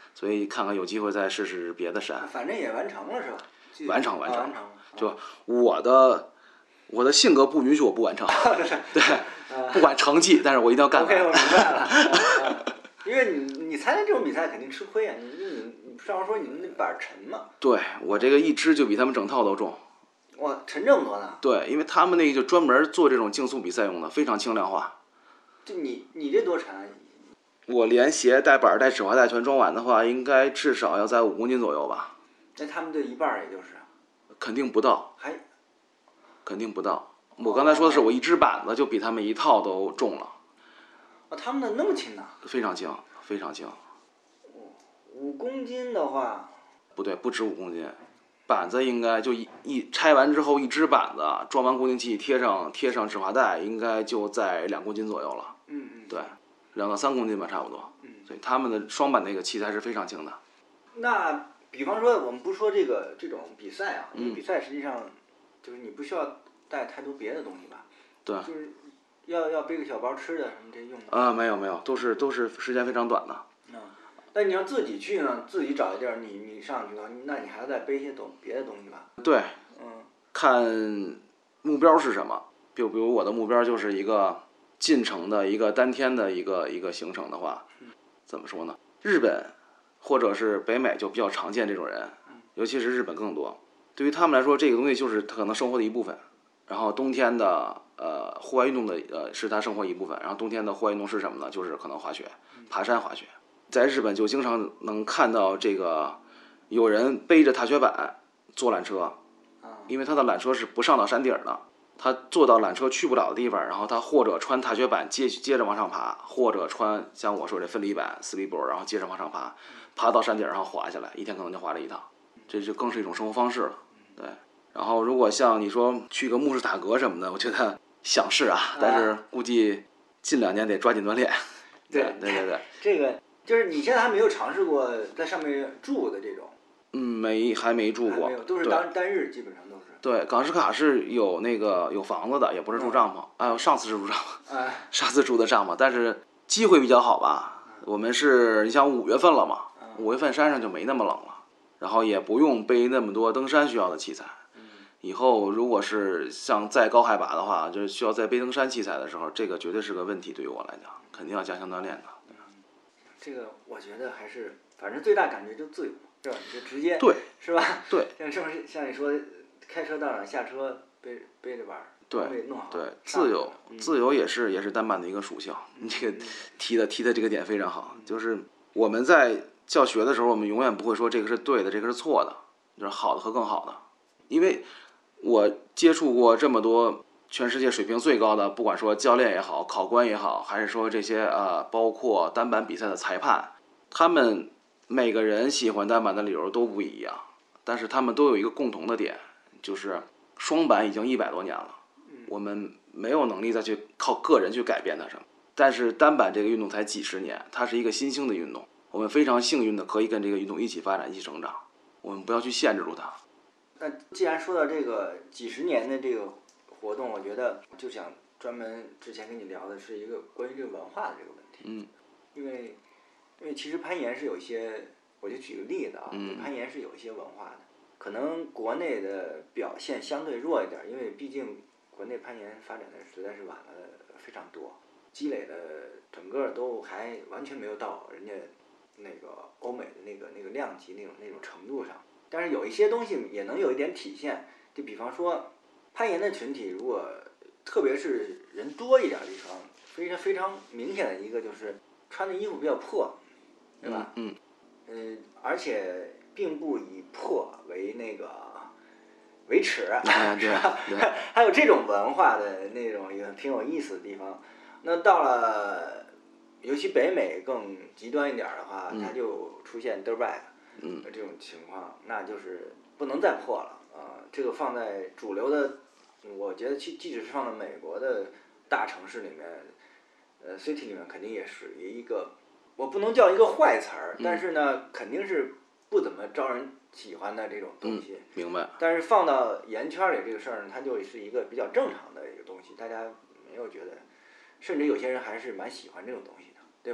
所以看看有机会再试试别的山。 反正也完成了是吧？ 完成完成， 啊、完成了。 就我的我的性格不允许我不完成，对， 啊、 不管成绩，但是我一定要干完。 OK， 我明白了。啊、因为你你参加这种比赛肯定吃亏啊，你你你上回说你们那板沉嘛。 对，我这个一支就比他们整套都重。 哇，沉这么多呢？ 对，因为他们那个就专门做这种竞速比赛用的，非常轻量化。 就你你这多沉？ 我连鞋带板带止滑带全装完的话，应该至少要在五公斤左右吧。 那他们这一半也就是。 肯定不到。 还。 肯定不到。我刚才说的是，我一只板子就比他们一套都重了。 哦，他们的那么轻呢？ 非常轻，非常轻。 五公斤的话。 不对，不止五公斤。板子应该就一一拆完之后，一只板子装完固定器，贴上贴上止滑带，应该就在两公斤左右了。 嗯嗯。 对，两到三公斤吧，差不多。 嗯。 所以他们的双板那个器材是非常轻的。 那比方说，我们不说这个这种比赛啊，因为比赛实际上就是你不需要带太多别的东西吧？ 对。 就是要要背个小包吃的什么这用的。 啊、呃，没有没有，都是都是时间非常短的。 嗯。那你要自己去呢，自己找一地儿，你你上去的话，那你还要再背一些东别的东西吧？ 对， 嗯， 看目标是什么。比如比如我的目标就是一个进城的一个单天的一个一个行程的话，怎么说呢？日本或者是北美就比较常见这种人，尤其是日本更多。对于他们来说，这个东西就是他可能生活的一部分。然后冬天的呃户外运动的呃是他生活一部分。然后冬天的户外运动是什么呢？就是可能滑雪、爬山滑雪。在日本就经常能看到这个有人背着踏雪板坐缆车，因为他的缆车是不上到山顶的，他坐到缆车去不了的地方，然后他或者穿踏雪板接接着往上爬，或者穿像我说这分离板 sleepboard， 然后接着往上爬，爬到山顶然后滑下来，一天可能就滑这一趟，这就更是一种生活方式了。对，然后如果像你说去个穆斯塔格什么的，我觉得想试啊，但是估计近两年得抓紧锻炼。 对对对对， 这个。就是你现在还没有尝试过在上面住的这种， 嗯，没还没住过， 还没有，都是单单日，基本上都是。 对，港斯卡是有那个有房子的，也不是住帐篷。哎、嗯，上次是住帐篷， 哎， 上次住的帐篷，但是机会比较好吧。嗯、我们是你想五月份了嘛，嗯、五月份山上就没那么冷了，然后也不用背那么多登山需要的器材。 嗯、 以后如果是像再高海拔的话，就是需要再背登山器材的时候，这个绝对是个问题，对于我来讲，肯定要加强锻炼的。 这个我觉得还是，反正最大感觉就自由，是吧？你就直接对， 是吧？ 对， 像正是像你说，开车到哪下车背背着玩， 对， 弄好。 对，自由， 嗯、 自由也是也是单板的一个属性。你这个提的提的这个点非常好，就是我们在教学的时候，我们永远不会说这个是对的，这个是错的，就是好的和更好的，因为我接触过这么多。全世界水平最高的，不管说教练也好，考官也好，还是说这些呃，包括单板比赛的裁判，他们每个人喜欢单板的理由都不一样，但是他们都有一个共同的点，就是双板已经一百多年了，我们没有能力再去靠个人去改变它什么，但是单板这个运动才几十年，它是一个新兴的运动，我们非常幸运的可以跟这个运动一起发展，一起成长，我们不要去限制住它。 那既然说到这个几十年的这个活动，我觉得就想专门之前跟你聊的是一个关于这个文化的这个问题。 嗯， 因为因为其实攀岩是有一些，我就举个例子啊， 嗯、 攀岩是有一些文化的，可能国内的表现相对弱一点，因为毕竟国内攀岩发展的实在是晚了非常多，积累的整个都还完全没有到人家那个欧美的那个那个量级那种那种程度上。但是有一些东西也能有一点体现，就比方说。攀岩的群体，如果特别是人多一点的地方，非常非常明显的一个就是穿的衣服比较破，对吧？ 嗯。 嗯、呃，而且并不以破为那个为耻， 啊、对对。 还有这种文化的那种也挺有意思的地方。那到了，尤其北美更极端一点的话， 嗯、 它就出现 dirtbag， 嗯， 这种情况，那就是不能再破了。啊，这个放在主流的，我觉得即即使是放在美国的大城市里面，呃 ，city 里面肯定也属于一个，我不能叫一个坏词儿， 嗯、 但是呢，肯定是不怎么招人喜欢的这种东西。 嗯、明白。 但是放到岩圈里这个事儿呢，它就是一个比较正常的一个东西，大家没有觉得，甚至有些人还是蛮喜欢这种东西的，对吧？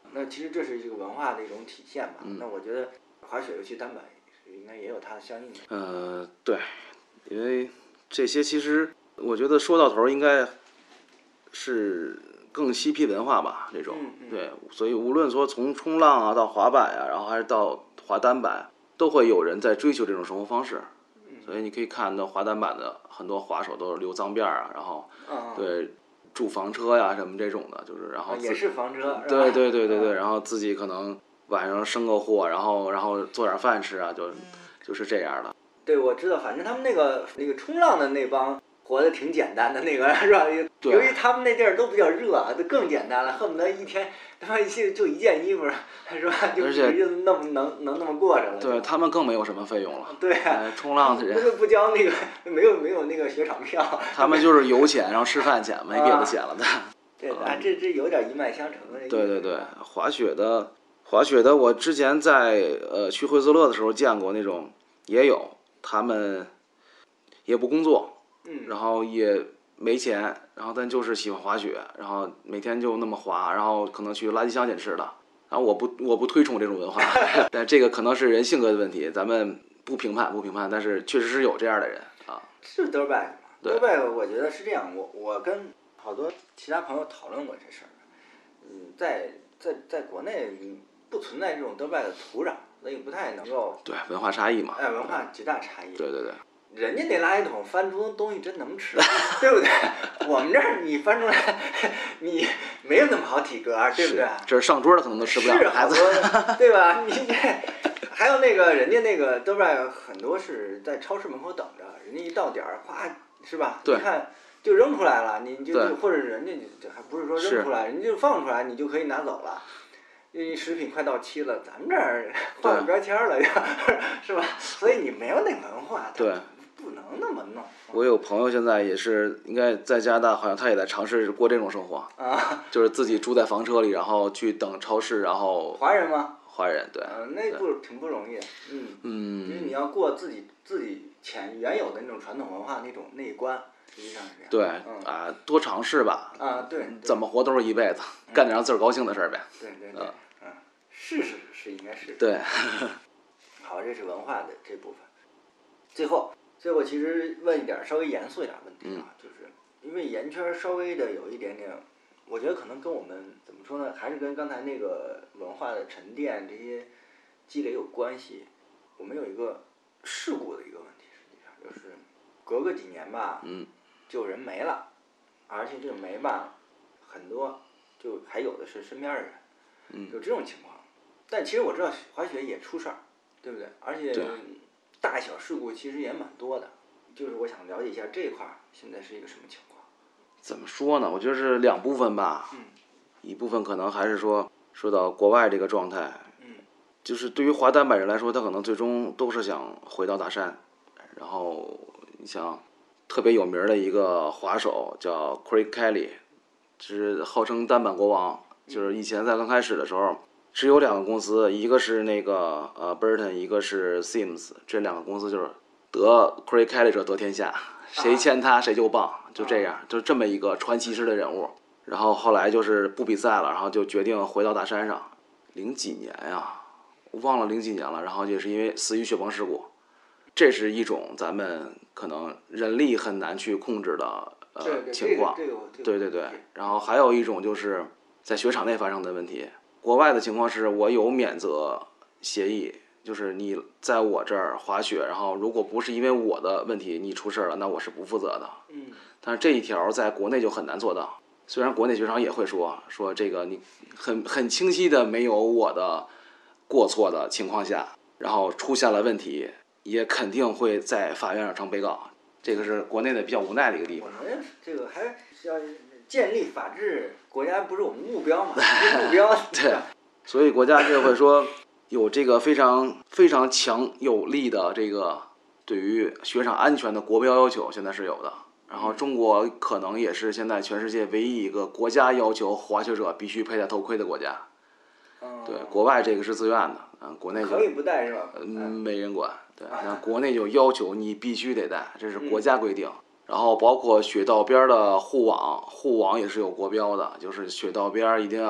那其实这是这个文化的一种体现吧。 嗯、 那我觉得滑雪尤其单板应该也有它的相应的。 呃，对，因为这些其实我觉得说到头应该是更嬉皮文化吧，这种、 嗯嗯、 对，所以无论说从冲浪啊到滑板啊，然后还是到滑单板，都会有人在追求这种生活方式。所以你可以看到滑单板的很多滑手都是留脏辫啊，然后、 嗯、 对住房车呀什么这种的，就是然后、 啊、也是房车， 对对对对对、 嗯， 然后自己可能晚上生个货，然后然后做点饭吃啊，就就是这样的。 对，我知道，反正他们那个那个冲浪的那帮活得挺简单的，那个是吧？由于他们那地儿都比较热，就更简单了，恨不得一天他妈就就一件衣服，是吧？就日子那么能能那么过着了。 对他们更没有什么费用了。 对、啊呃，冲浪的人不不交那个没有没有那个雪场票， 他们就是油钱，然后吃饭钱，没别的钱了的。 对啊，这这有点一脉相承的。 对对对，滑雪的滑雪的，我之前在呃去惠斯勒的时候见过那种，也有他们也不工作， 嗯， 然后也没钱，然后但就是喜欢滑雪，然后每天就那么滑，然后可能去垃圾箱捡吃的。然后我不我不推崇这种文化，但这个可能是人性格的问题，咱们不评判不评判，但是确实是有这样的人啊。 是德拜嘛？德拜我觉得是这样，我我跟好多其他朋友讨论过这事儿，嗯，在在在国内不存在这种德拜的土壤，所以不太能够对文化差异嘛， 哎，文化极大差异。 对对对。 人家那垃圾桶翻出东西真能吃，对不对？我们这儿你翻出来，你没有那么好体格，对不对？ 这上桌的可能都吃不了， 是孩子，对吧？你这还有那个人家那个德拜很多是在超市门口等着，人家一到点儿，哗，是吧？ 对， 你看就扔出来了，你就就或者人家就还不是说扔出来，人家就放出来，你就可以拿走了。因为食品快到期了，咱们这儿画个标签了，是吧？所以你没有那文化， 对。 不能那么弄。 我有朋友现在也是，应该在加拿大，好像他也在尝试过这种生活啊， 就是自己住在房车里，然后去等超市，然后华人吗？ 华人对， 嗯、呃，那不挺不容易的，嗯嗯， 因为你要过自己自己前原有的那种传统文化那种那一关，实际上是这样。 对， 嗯、 啊，多尝试吧。 啊，对，对怎么活都是一辈子，嗯、干点让自个儿高兴的事儿呗。 对对对，嗯，嗯试试是应该试试。 对。 好，这是文化的这部分，最后。最后其实问一点稍微严肃一点问题啊， 嗯、 就是因为盐圈稍微的有一点点，我觉得可能跟我们怎么说呢，还是跟刚才那个文化的沉淀这些积累有关系。我们有一个事故的一个问题，实际上就是隔个几年吧， 嗯， 就人没了，而且这个没吧，很多就还有的是身边的人， 嗯， 有这种情况。但其实我知道滑雪也出事儿，对不对？而且。大小事故其实也蛮多的，就是我想了解一下这一块儿现在是一个什么情况。 怎么说呢？我觉得是两部分吧， 嗯， 一部分可能还是说说到国外这个状态， 嗯， 就是对于滑单板人来说，他可能最终都是想回到大山。然后你像特别有名的一个滑手叫 Craig Kelly， 是号称单板国王，就是以前在刚开始的时候。只有两个公司，一个是那个呃 Burton， 一个是 Sims， 这两个公司就是得 Craig Kelly 者得天下，谁签他谁就棒，就这样，就这么一个传奇式的人物。然后后来就是不比赛了，然后就决定回到大山上。零几年呀，我忘了零几年了。然后也是因为死于雪崩事故，这是一种咱们可能人力很难去控制的呃情况。对对对。然后还有一种就是在雪场内发生的问题。国外的情况是我有免责协议，就是你在我这儿滑雪，然后如果不是因为我的问题你出事了，那我是不负责的。 嗯。 但是这一条在国内就很难做到，虽然国内雪场也会说说这个你很很清晰的没有我的过错的情况下，然后出现了问题，也肯定会在法院上成被告，这个是国内的比较无奈的一个地方。 我们这个还是要建立法治国家，不是我们目标嘛？目标对，所以国家就会说有这个非常非常强有力的这个对于雪场安全的国标要求，现在是有的。然后中国可能也是现在全世界唯一一个国家要求滑雪者必须佩戴头盔的国家。对，国外这个是自愿的，嗯，国内就可以不戴是吧？ 嗯，没人管。对，那国内就要求你必须得戴，这是国家规定。然后包括雪道边的护网，护网也是有国标的，就是雪道边一定要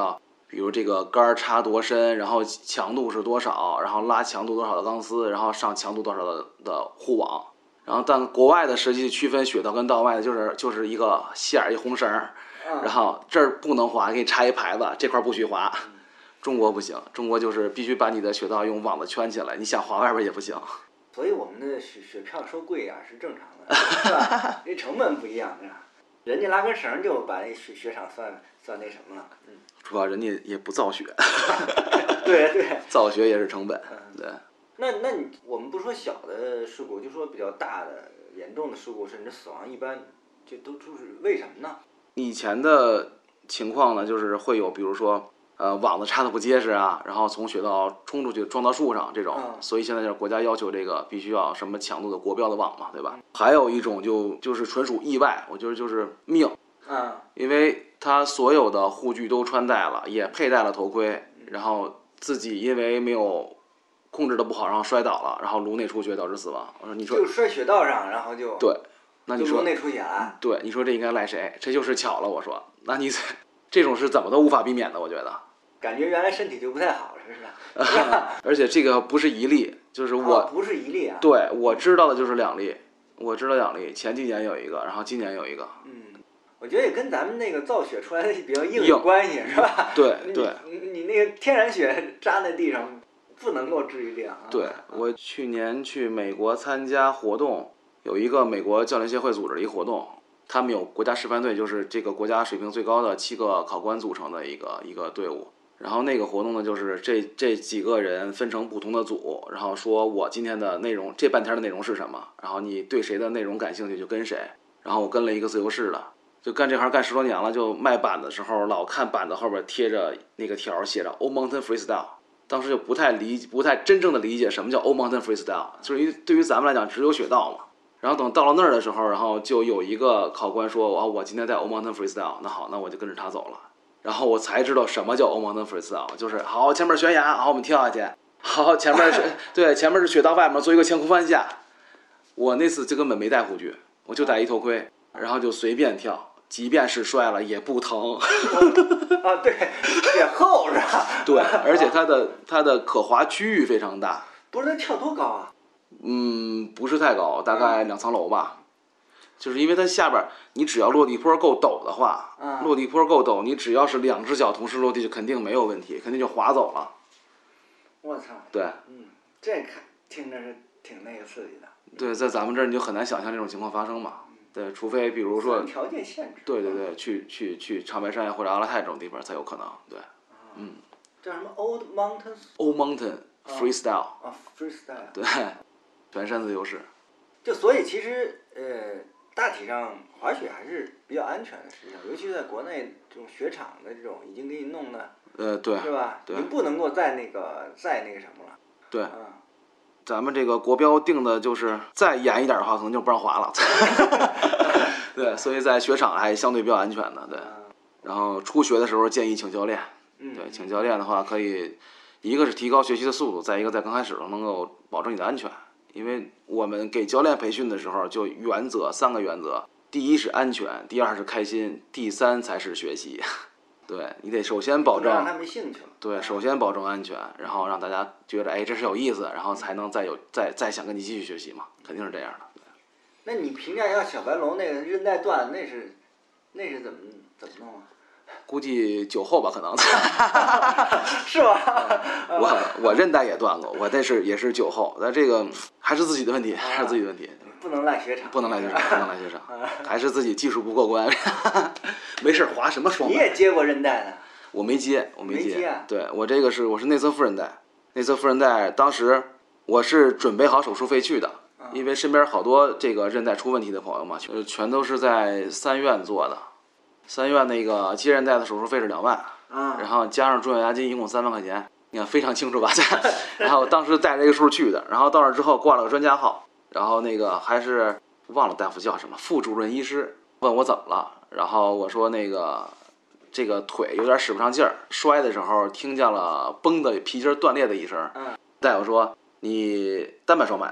比如这个杆插多深，然后强度是多少，然后拉强度多少的钢丝，然后上强度多少的的护网。然后但国外的实际区分雪道跟道外的就是就是一个线儿一红绳，然后这儿不能滑，给你插一牌子，这块不许滑。中国不行，中国就是必须把你的雪道用网子圈起来，你想滑外边也不行。 所以我们的雪雪票收贵啊是正常的，是吧？这成本不一样，是吧？人家拉根绳就把那雪雪场算算那什么了，嗯。 主要人家也不造雪。 对对， 造雪也是成本，对。 那那你我们不说小的事故，就说比较大的、严重的事故，甚至死亡，一般就都就是为什么呢？ 以前的情况呢，就是会有，比如说，呃，网子插的不结实啊，然后从雪道冲出去撞到树上这种， 嗯、 所以现在就是国家要求这个必须要什么强度的国标的网嘛，对吧？还有一种就就是纯属意外，我觉得就是命， 嗯， 因为他所有的护具都穿戴了，也佩戴了头盔，然后自己因为没有控制的不好，然后摔倒了，然后颅内出血导致死亡。我说你说就摔雪道上，然后就对，那你说颅内出血了？ 对，你说这应该赖谁？这就是巧了。我说，那你这种是怎么都无法避免的，我觉得。 感觉原来身体就不太好，是不是？ 而且这个不是一例，就是我、 哦、不是一例啊。 对，我知道的就是两例，我知道两例，前几年有一个，然后今年有一个。 嗯，我觉得也跟咱们那个造雪出来的比较硬有关系，是吧？ 对对。 你你那个天然雪扎在地上，不能够至于这样啊。 对，我去年去美国参加活动，有一个美国教练协会组织的一个活动，他们有国家示范队，就是这个国家水平最高的七个考官组成的一个一个队伍。然后那个活动呢，就是这这几个人分成不同的组，然后说我今天的内容，这半天的内容是什么，然后你对谁的内容感兴趣就跟谁。然后我跟了一个自由式的，就干这行干十多年了，就卖板的时候老看板子后边贴着那个条写着 Old Mountain Freestyle， 当时就不太理不太真正的理解什么叫 Old Mountain Freestyle， 就是因为对于咱们来讲只有雪道嘛。然后等到了那儿的时候，然后就有一个考官说，我我今天在 Old Mountain Freestyle， 那好，那我就跟着他走了。然后我才知道什么叫 Old Mountain Freestyle， 就是好前面悬崖，好我们跳下去，好前面是对前面是雪道外面做一个前空翻下。我那次就根本没戴护具，我就戴一头盔，然后就随便跳，即便是摔了也不疼。 啊，对，也厚是吧？ 对，而且它的它的可滑区域非常大。 不是它跳多高啊？ 嗯，不是太高，大概两层楼吧。就是因为它下边你只要落地坡够陡的话， 嗯、 落地坡够陡，你只要是两只脚同时落地，就肯定没有问题，肯定就滑走了。 我操！ 对， 嗯，这看听着是挺那个刺激的。 对，在咱们这儿你就很难想象这种情况发生嘛。对，除非比如说条件限制。 对对对，去去去长白山或者阿拉泰这种地方才有可能。对，嗯。 叫什么 Old Mountain Old Mountain Freestyle。 啊 ，Freestyle。 对，全山自由式。 就所以其实呃。大体上滑雪还是比较安全的，实际上，尤其在国内这种雪场的这种已经给你弄的， 呃，对， 是吧？ 对， 你不能够再那个再那个什么了。 对， 嗯， 咱们这个国标定的就是再严一点的话，可能就不让滑了。对，所以在雪场还相对比较安全的，对。然后初学的时候建议请教练，对，请教练的话可以，一个是提高学习的速度，再一个在刚开始能够保证你的安全。因为我们给教练培训的时候，就原则三个原则：第一是安全，第二是开心，第三才是学习。对，你得首先保证让他没兴趣了。 对，首先保证安全，然后让大家觉得哎这是有意思，然后才能再有再再想跟你继续学习嘛，肯定是这样的。对， 那你评价一下小白龙那个韧带断，那是那是怎么怎么弄啊？ 估计酒后吧，可能。 是吧？ 我我韧带也断过，我这是也是酒后，但这个还是自己的问题，还是自己的问题。 不能赖雪场， 不能赖雪场，不能赖雪场，还是自己技术不过关。没事，滑什么双板？ 你也接过韧带的？ 我没接，我没接。 接啊、 对，我这个是我是内侧副韧带，内侧副韧带当时我是准备好手术费去的，因为身边好多这个韧带出问题的朋友嘛，全全都是在三院做的。三院那个接韧带的手术费是两万， 嗯， 然后加上住院押金一共三万块钱，你看非常清楚吧？然后当时带这个数去的，然后到那之后挂了个专家号。然后那个还是忘了大夫叫什么，副主任医师问我怎么了，然后我说那个这个腿有点使不上劲儿，摔的时候听见了嘣的皮筋断裂的一声。 嗯， 大夫说你单板双板啊，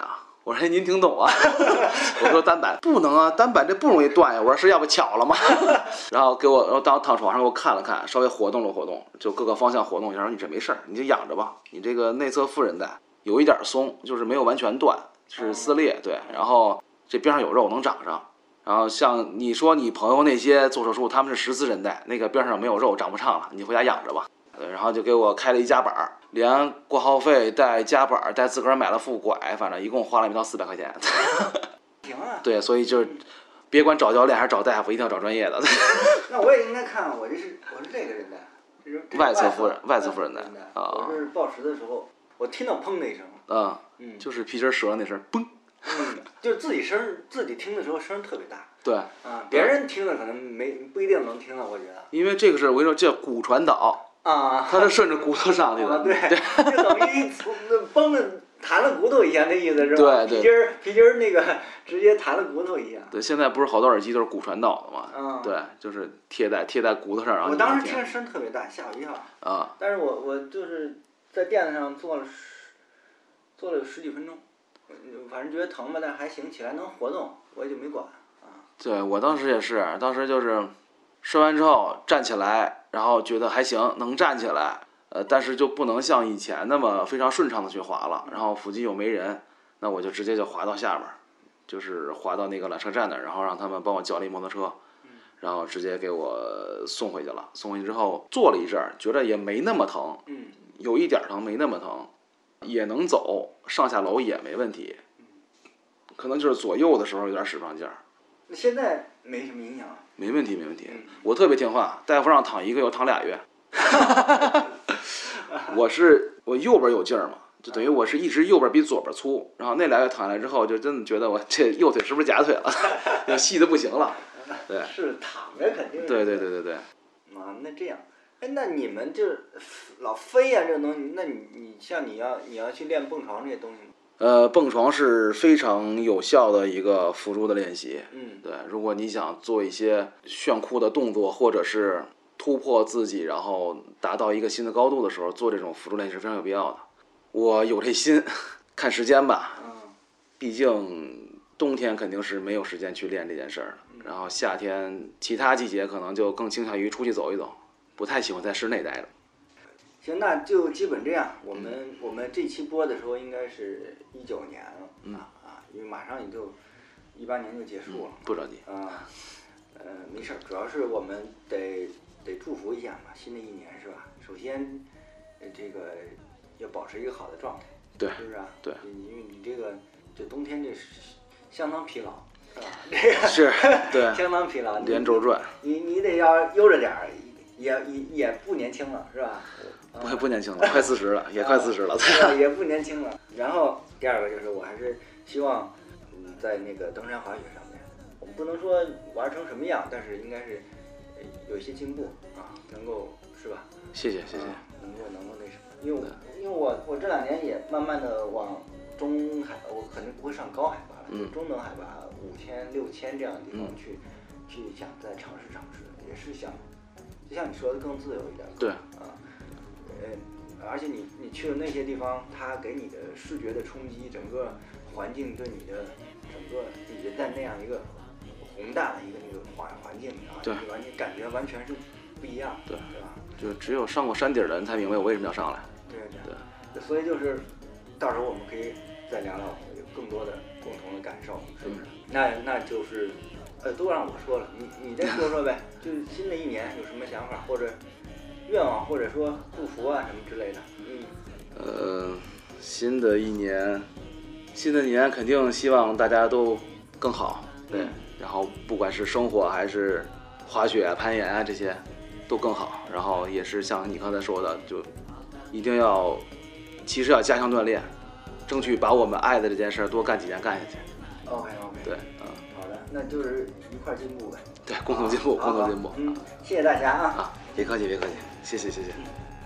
我说您听懂啊？我说单板不能啊，单板这不容易断呀。我说是要不巧了吗？然后给我，然后当躺床上给我看了看，稍微活动了活动，就各个方向活动一下。说你这没事儿，你就养着吧。你这个内侧副韧带有一点松，就是没有完全断，是撕裂，对。然后这边上有肉能长上。然后像你说你朋友那些做手术，他们是十字韧带，那个边上没有肉长不上了，你回家养着吧。对，然后就给我开了一夹板，连挂号费带夹板带自个儿买了副拐，反正一共花了没到四百块钱。 行啊。对， 所以就是别管找教练还是找大夫，一定要找专业的。 那我也应该看，我这是我是这个韧带，这是外侧副外侧副韧带啊。我是抱持的时候，我听到砰的一声， 嗯嗯，就是皮筋折了那声，嘣。 嗯，就自己声自己听的时候声特别大。 对啊，别人听的可能没不一定能听到，我觉得。 因为这个是我跟你说叫骨传导啊， 它是顺着骨头上去的。 啊、对，对就等于崩了弹了骨头一样，那意思是吧？ 对对。 皮筋儿皮筋儿那个直接弹了骨头一样。 对，现在不是好多耳机都是骨传导的嘛？ 嗯。 对，就是贴在贴在骨头上，然后。 我当时听声特别大，吓我一跳。 啊。 但是我我就是在垫子上做了十做了有十几分钟。反正觉得疼吧，但是还行，起来能活动，我也就没管啊。 对，我当时也是，当时就是摔完之后站起来，然后觉得还行，能站起来，呃，但是就不能像以前那么非常顺畅的去滑了。然后附近又没人，那我就直接就滑到下边，就是滑到那个缆车站那儿，然后让他们帮我叫了一摩托车，然后直接给我送回去了。送回去之后坐了一阵儿，觉得也没那么疼，有一点疼，没那么疼。也能走，上下楼也没问题，可能就是左右的时候有点使不上劲儿。 那现在没什么影响。 没问题，没问题。我特别听话，大夫让躺一个月，我躺俩月。我是我右边有劲儿嘛，就等于我是一直右边比左边粗，然后那俩月躺下来之后，就真的觉得我这右腿是不是假腿了，要细的不行了。对。 是躺着肯定是。 对对对对对。 啊，那这样。哎，那你们就老飞呀、啊，这个东西，那你你像你要你要去练蹦床这些东西吗？ 呃，蹦床是非常有效的一个辅助的练习。 嗯， 对，如果你想做一些炫酷的动作，或者是突破自己，然后达到一个新的高度的时候，做这种辅助练习是非常有必要的。我有这心，看时间吧。 嗯。 毕竟冬天肯定是没有时间去练这件事儿，然后夏天其他季节可能就更倾向于出去走一走。不太喜欢在室内待着。 行，那就基本这样。我们、嗯、我们这期播的时候应该是一九年了， 嗯啊，因为马上也就一八年就结束了、 嗯。不着急。 啊，呃，没事儿，主要是我们得得祝福一下嘛，新的一年是吧？首先，呃，这个要保持一个好的状态， 对， 是不是啊？ 对， 因为你这个这冬天这是相当疲劳，是吧？这个是，对， 相当疲劳， 连轴转。 你你得要悠着点儿。也也也不年轻了，是吧？ 不不年轻了，快四十了，也快四十了。 啊、也不年轻了。然后第二个就是，我还是希望，嗯，在那个登山滑雪上面，我们不能说玩成什么样，但是应该是有一些进步啊，能够是吧？ 谢谢谢谢。 啊、能够能够那什么，因为我因为我我这两年也慢慢的往中海，我肯定不会上高海拔了， 嗯， 中等海拔五千六千这样的地方去、嗯、去想再尝试尝试，也是想。就像你说的更自由一点。 对。 啊，呃，而且你你去了那些地方，它给你的视觉的冲击，整个环境对你的整个你在那样一个宏大的一个那个环环境啊， 对， 完全感觉完全是不一样， 对对吧？ 就只有上过山顶的人才明白我为什么要上来。 对对对。所以就是到时候我们可以再聊聊有更多的共同的感受，是不是？嗯、那那就是。呃，都让我说了，你你再说说呗，就是新的一年有什么想法或者愿望，或者说祝福啊什么之类的。嗯。 呃，新的一年，新的一年肯定希望大家都更好，对。嗯、然后不管是生活还是滑雪啊、攀岩啊这些，都更好。然后也是像你刚才说的，就一定要，其实要加强锻炼，争取把我们爱的这件事多干几年干下去。 OK OK。 对，嗯。 那就是一块进步呗。 对，共同进步，共同进步。 嗯，谢谢大家啊！ 啊，别客气，别客气，谢谢，谢谢。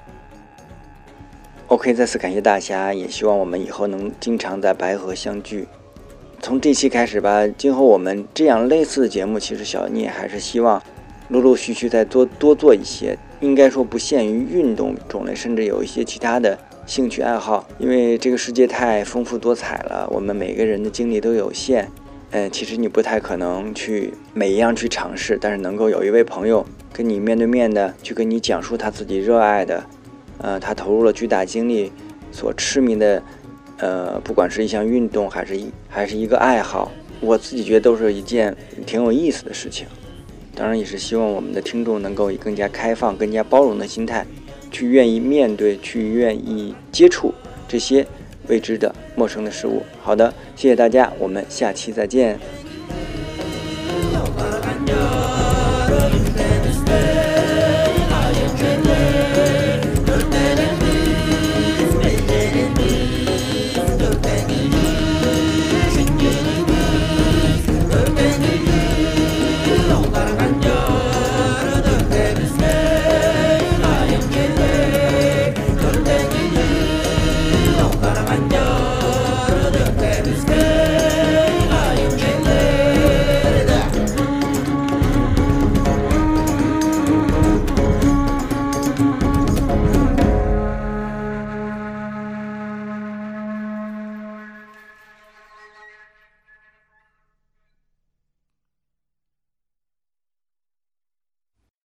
OK， 再次感谢大家，也希望我们以后能经常在白河相聚。从这期开始吧，今后我们这样类似的节目，其实小聂还是希望陆陆续续再多多做一些。应该说不限于运动种类，甚至有一些其他的兴趣爱好，因为这个世界太丰富多彩了，我们每个人的精力都有限。嗯，其实你不太可能去每一样去尝试，但是能够有一位朋友跟你面对面的去跟你讲述他自己热爱的，呃，他投入了巨大精力所痴迷的，呃，不管是一项运动还是一还是一个爱好，我自己觉得都是一件挺有意思的事情。当然也是希望我们的听众能够以更加开放、更加包容的心态，去愿意面对、去愿意接触这些未知的陌生的事物。好的，谢谢大家，我们下期再见。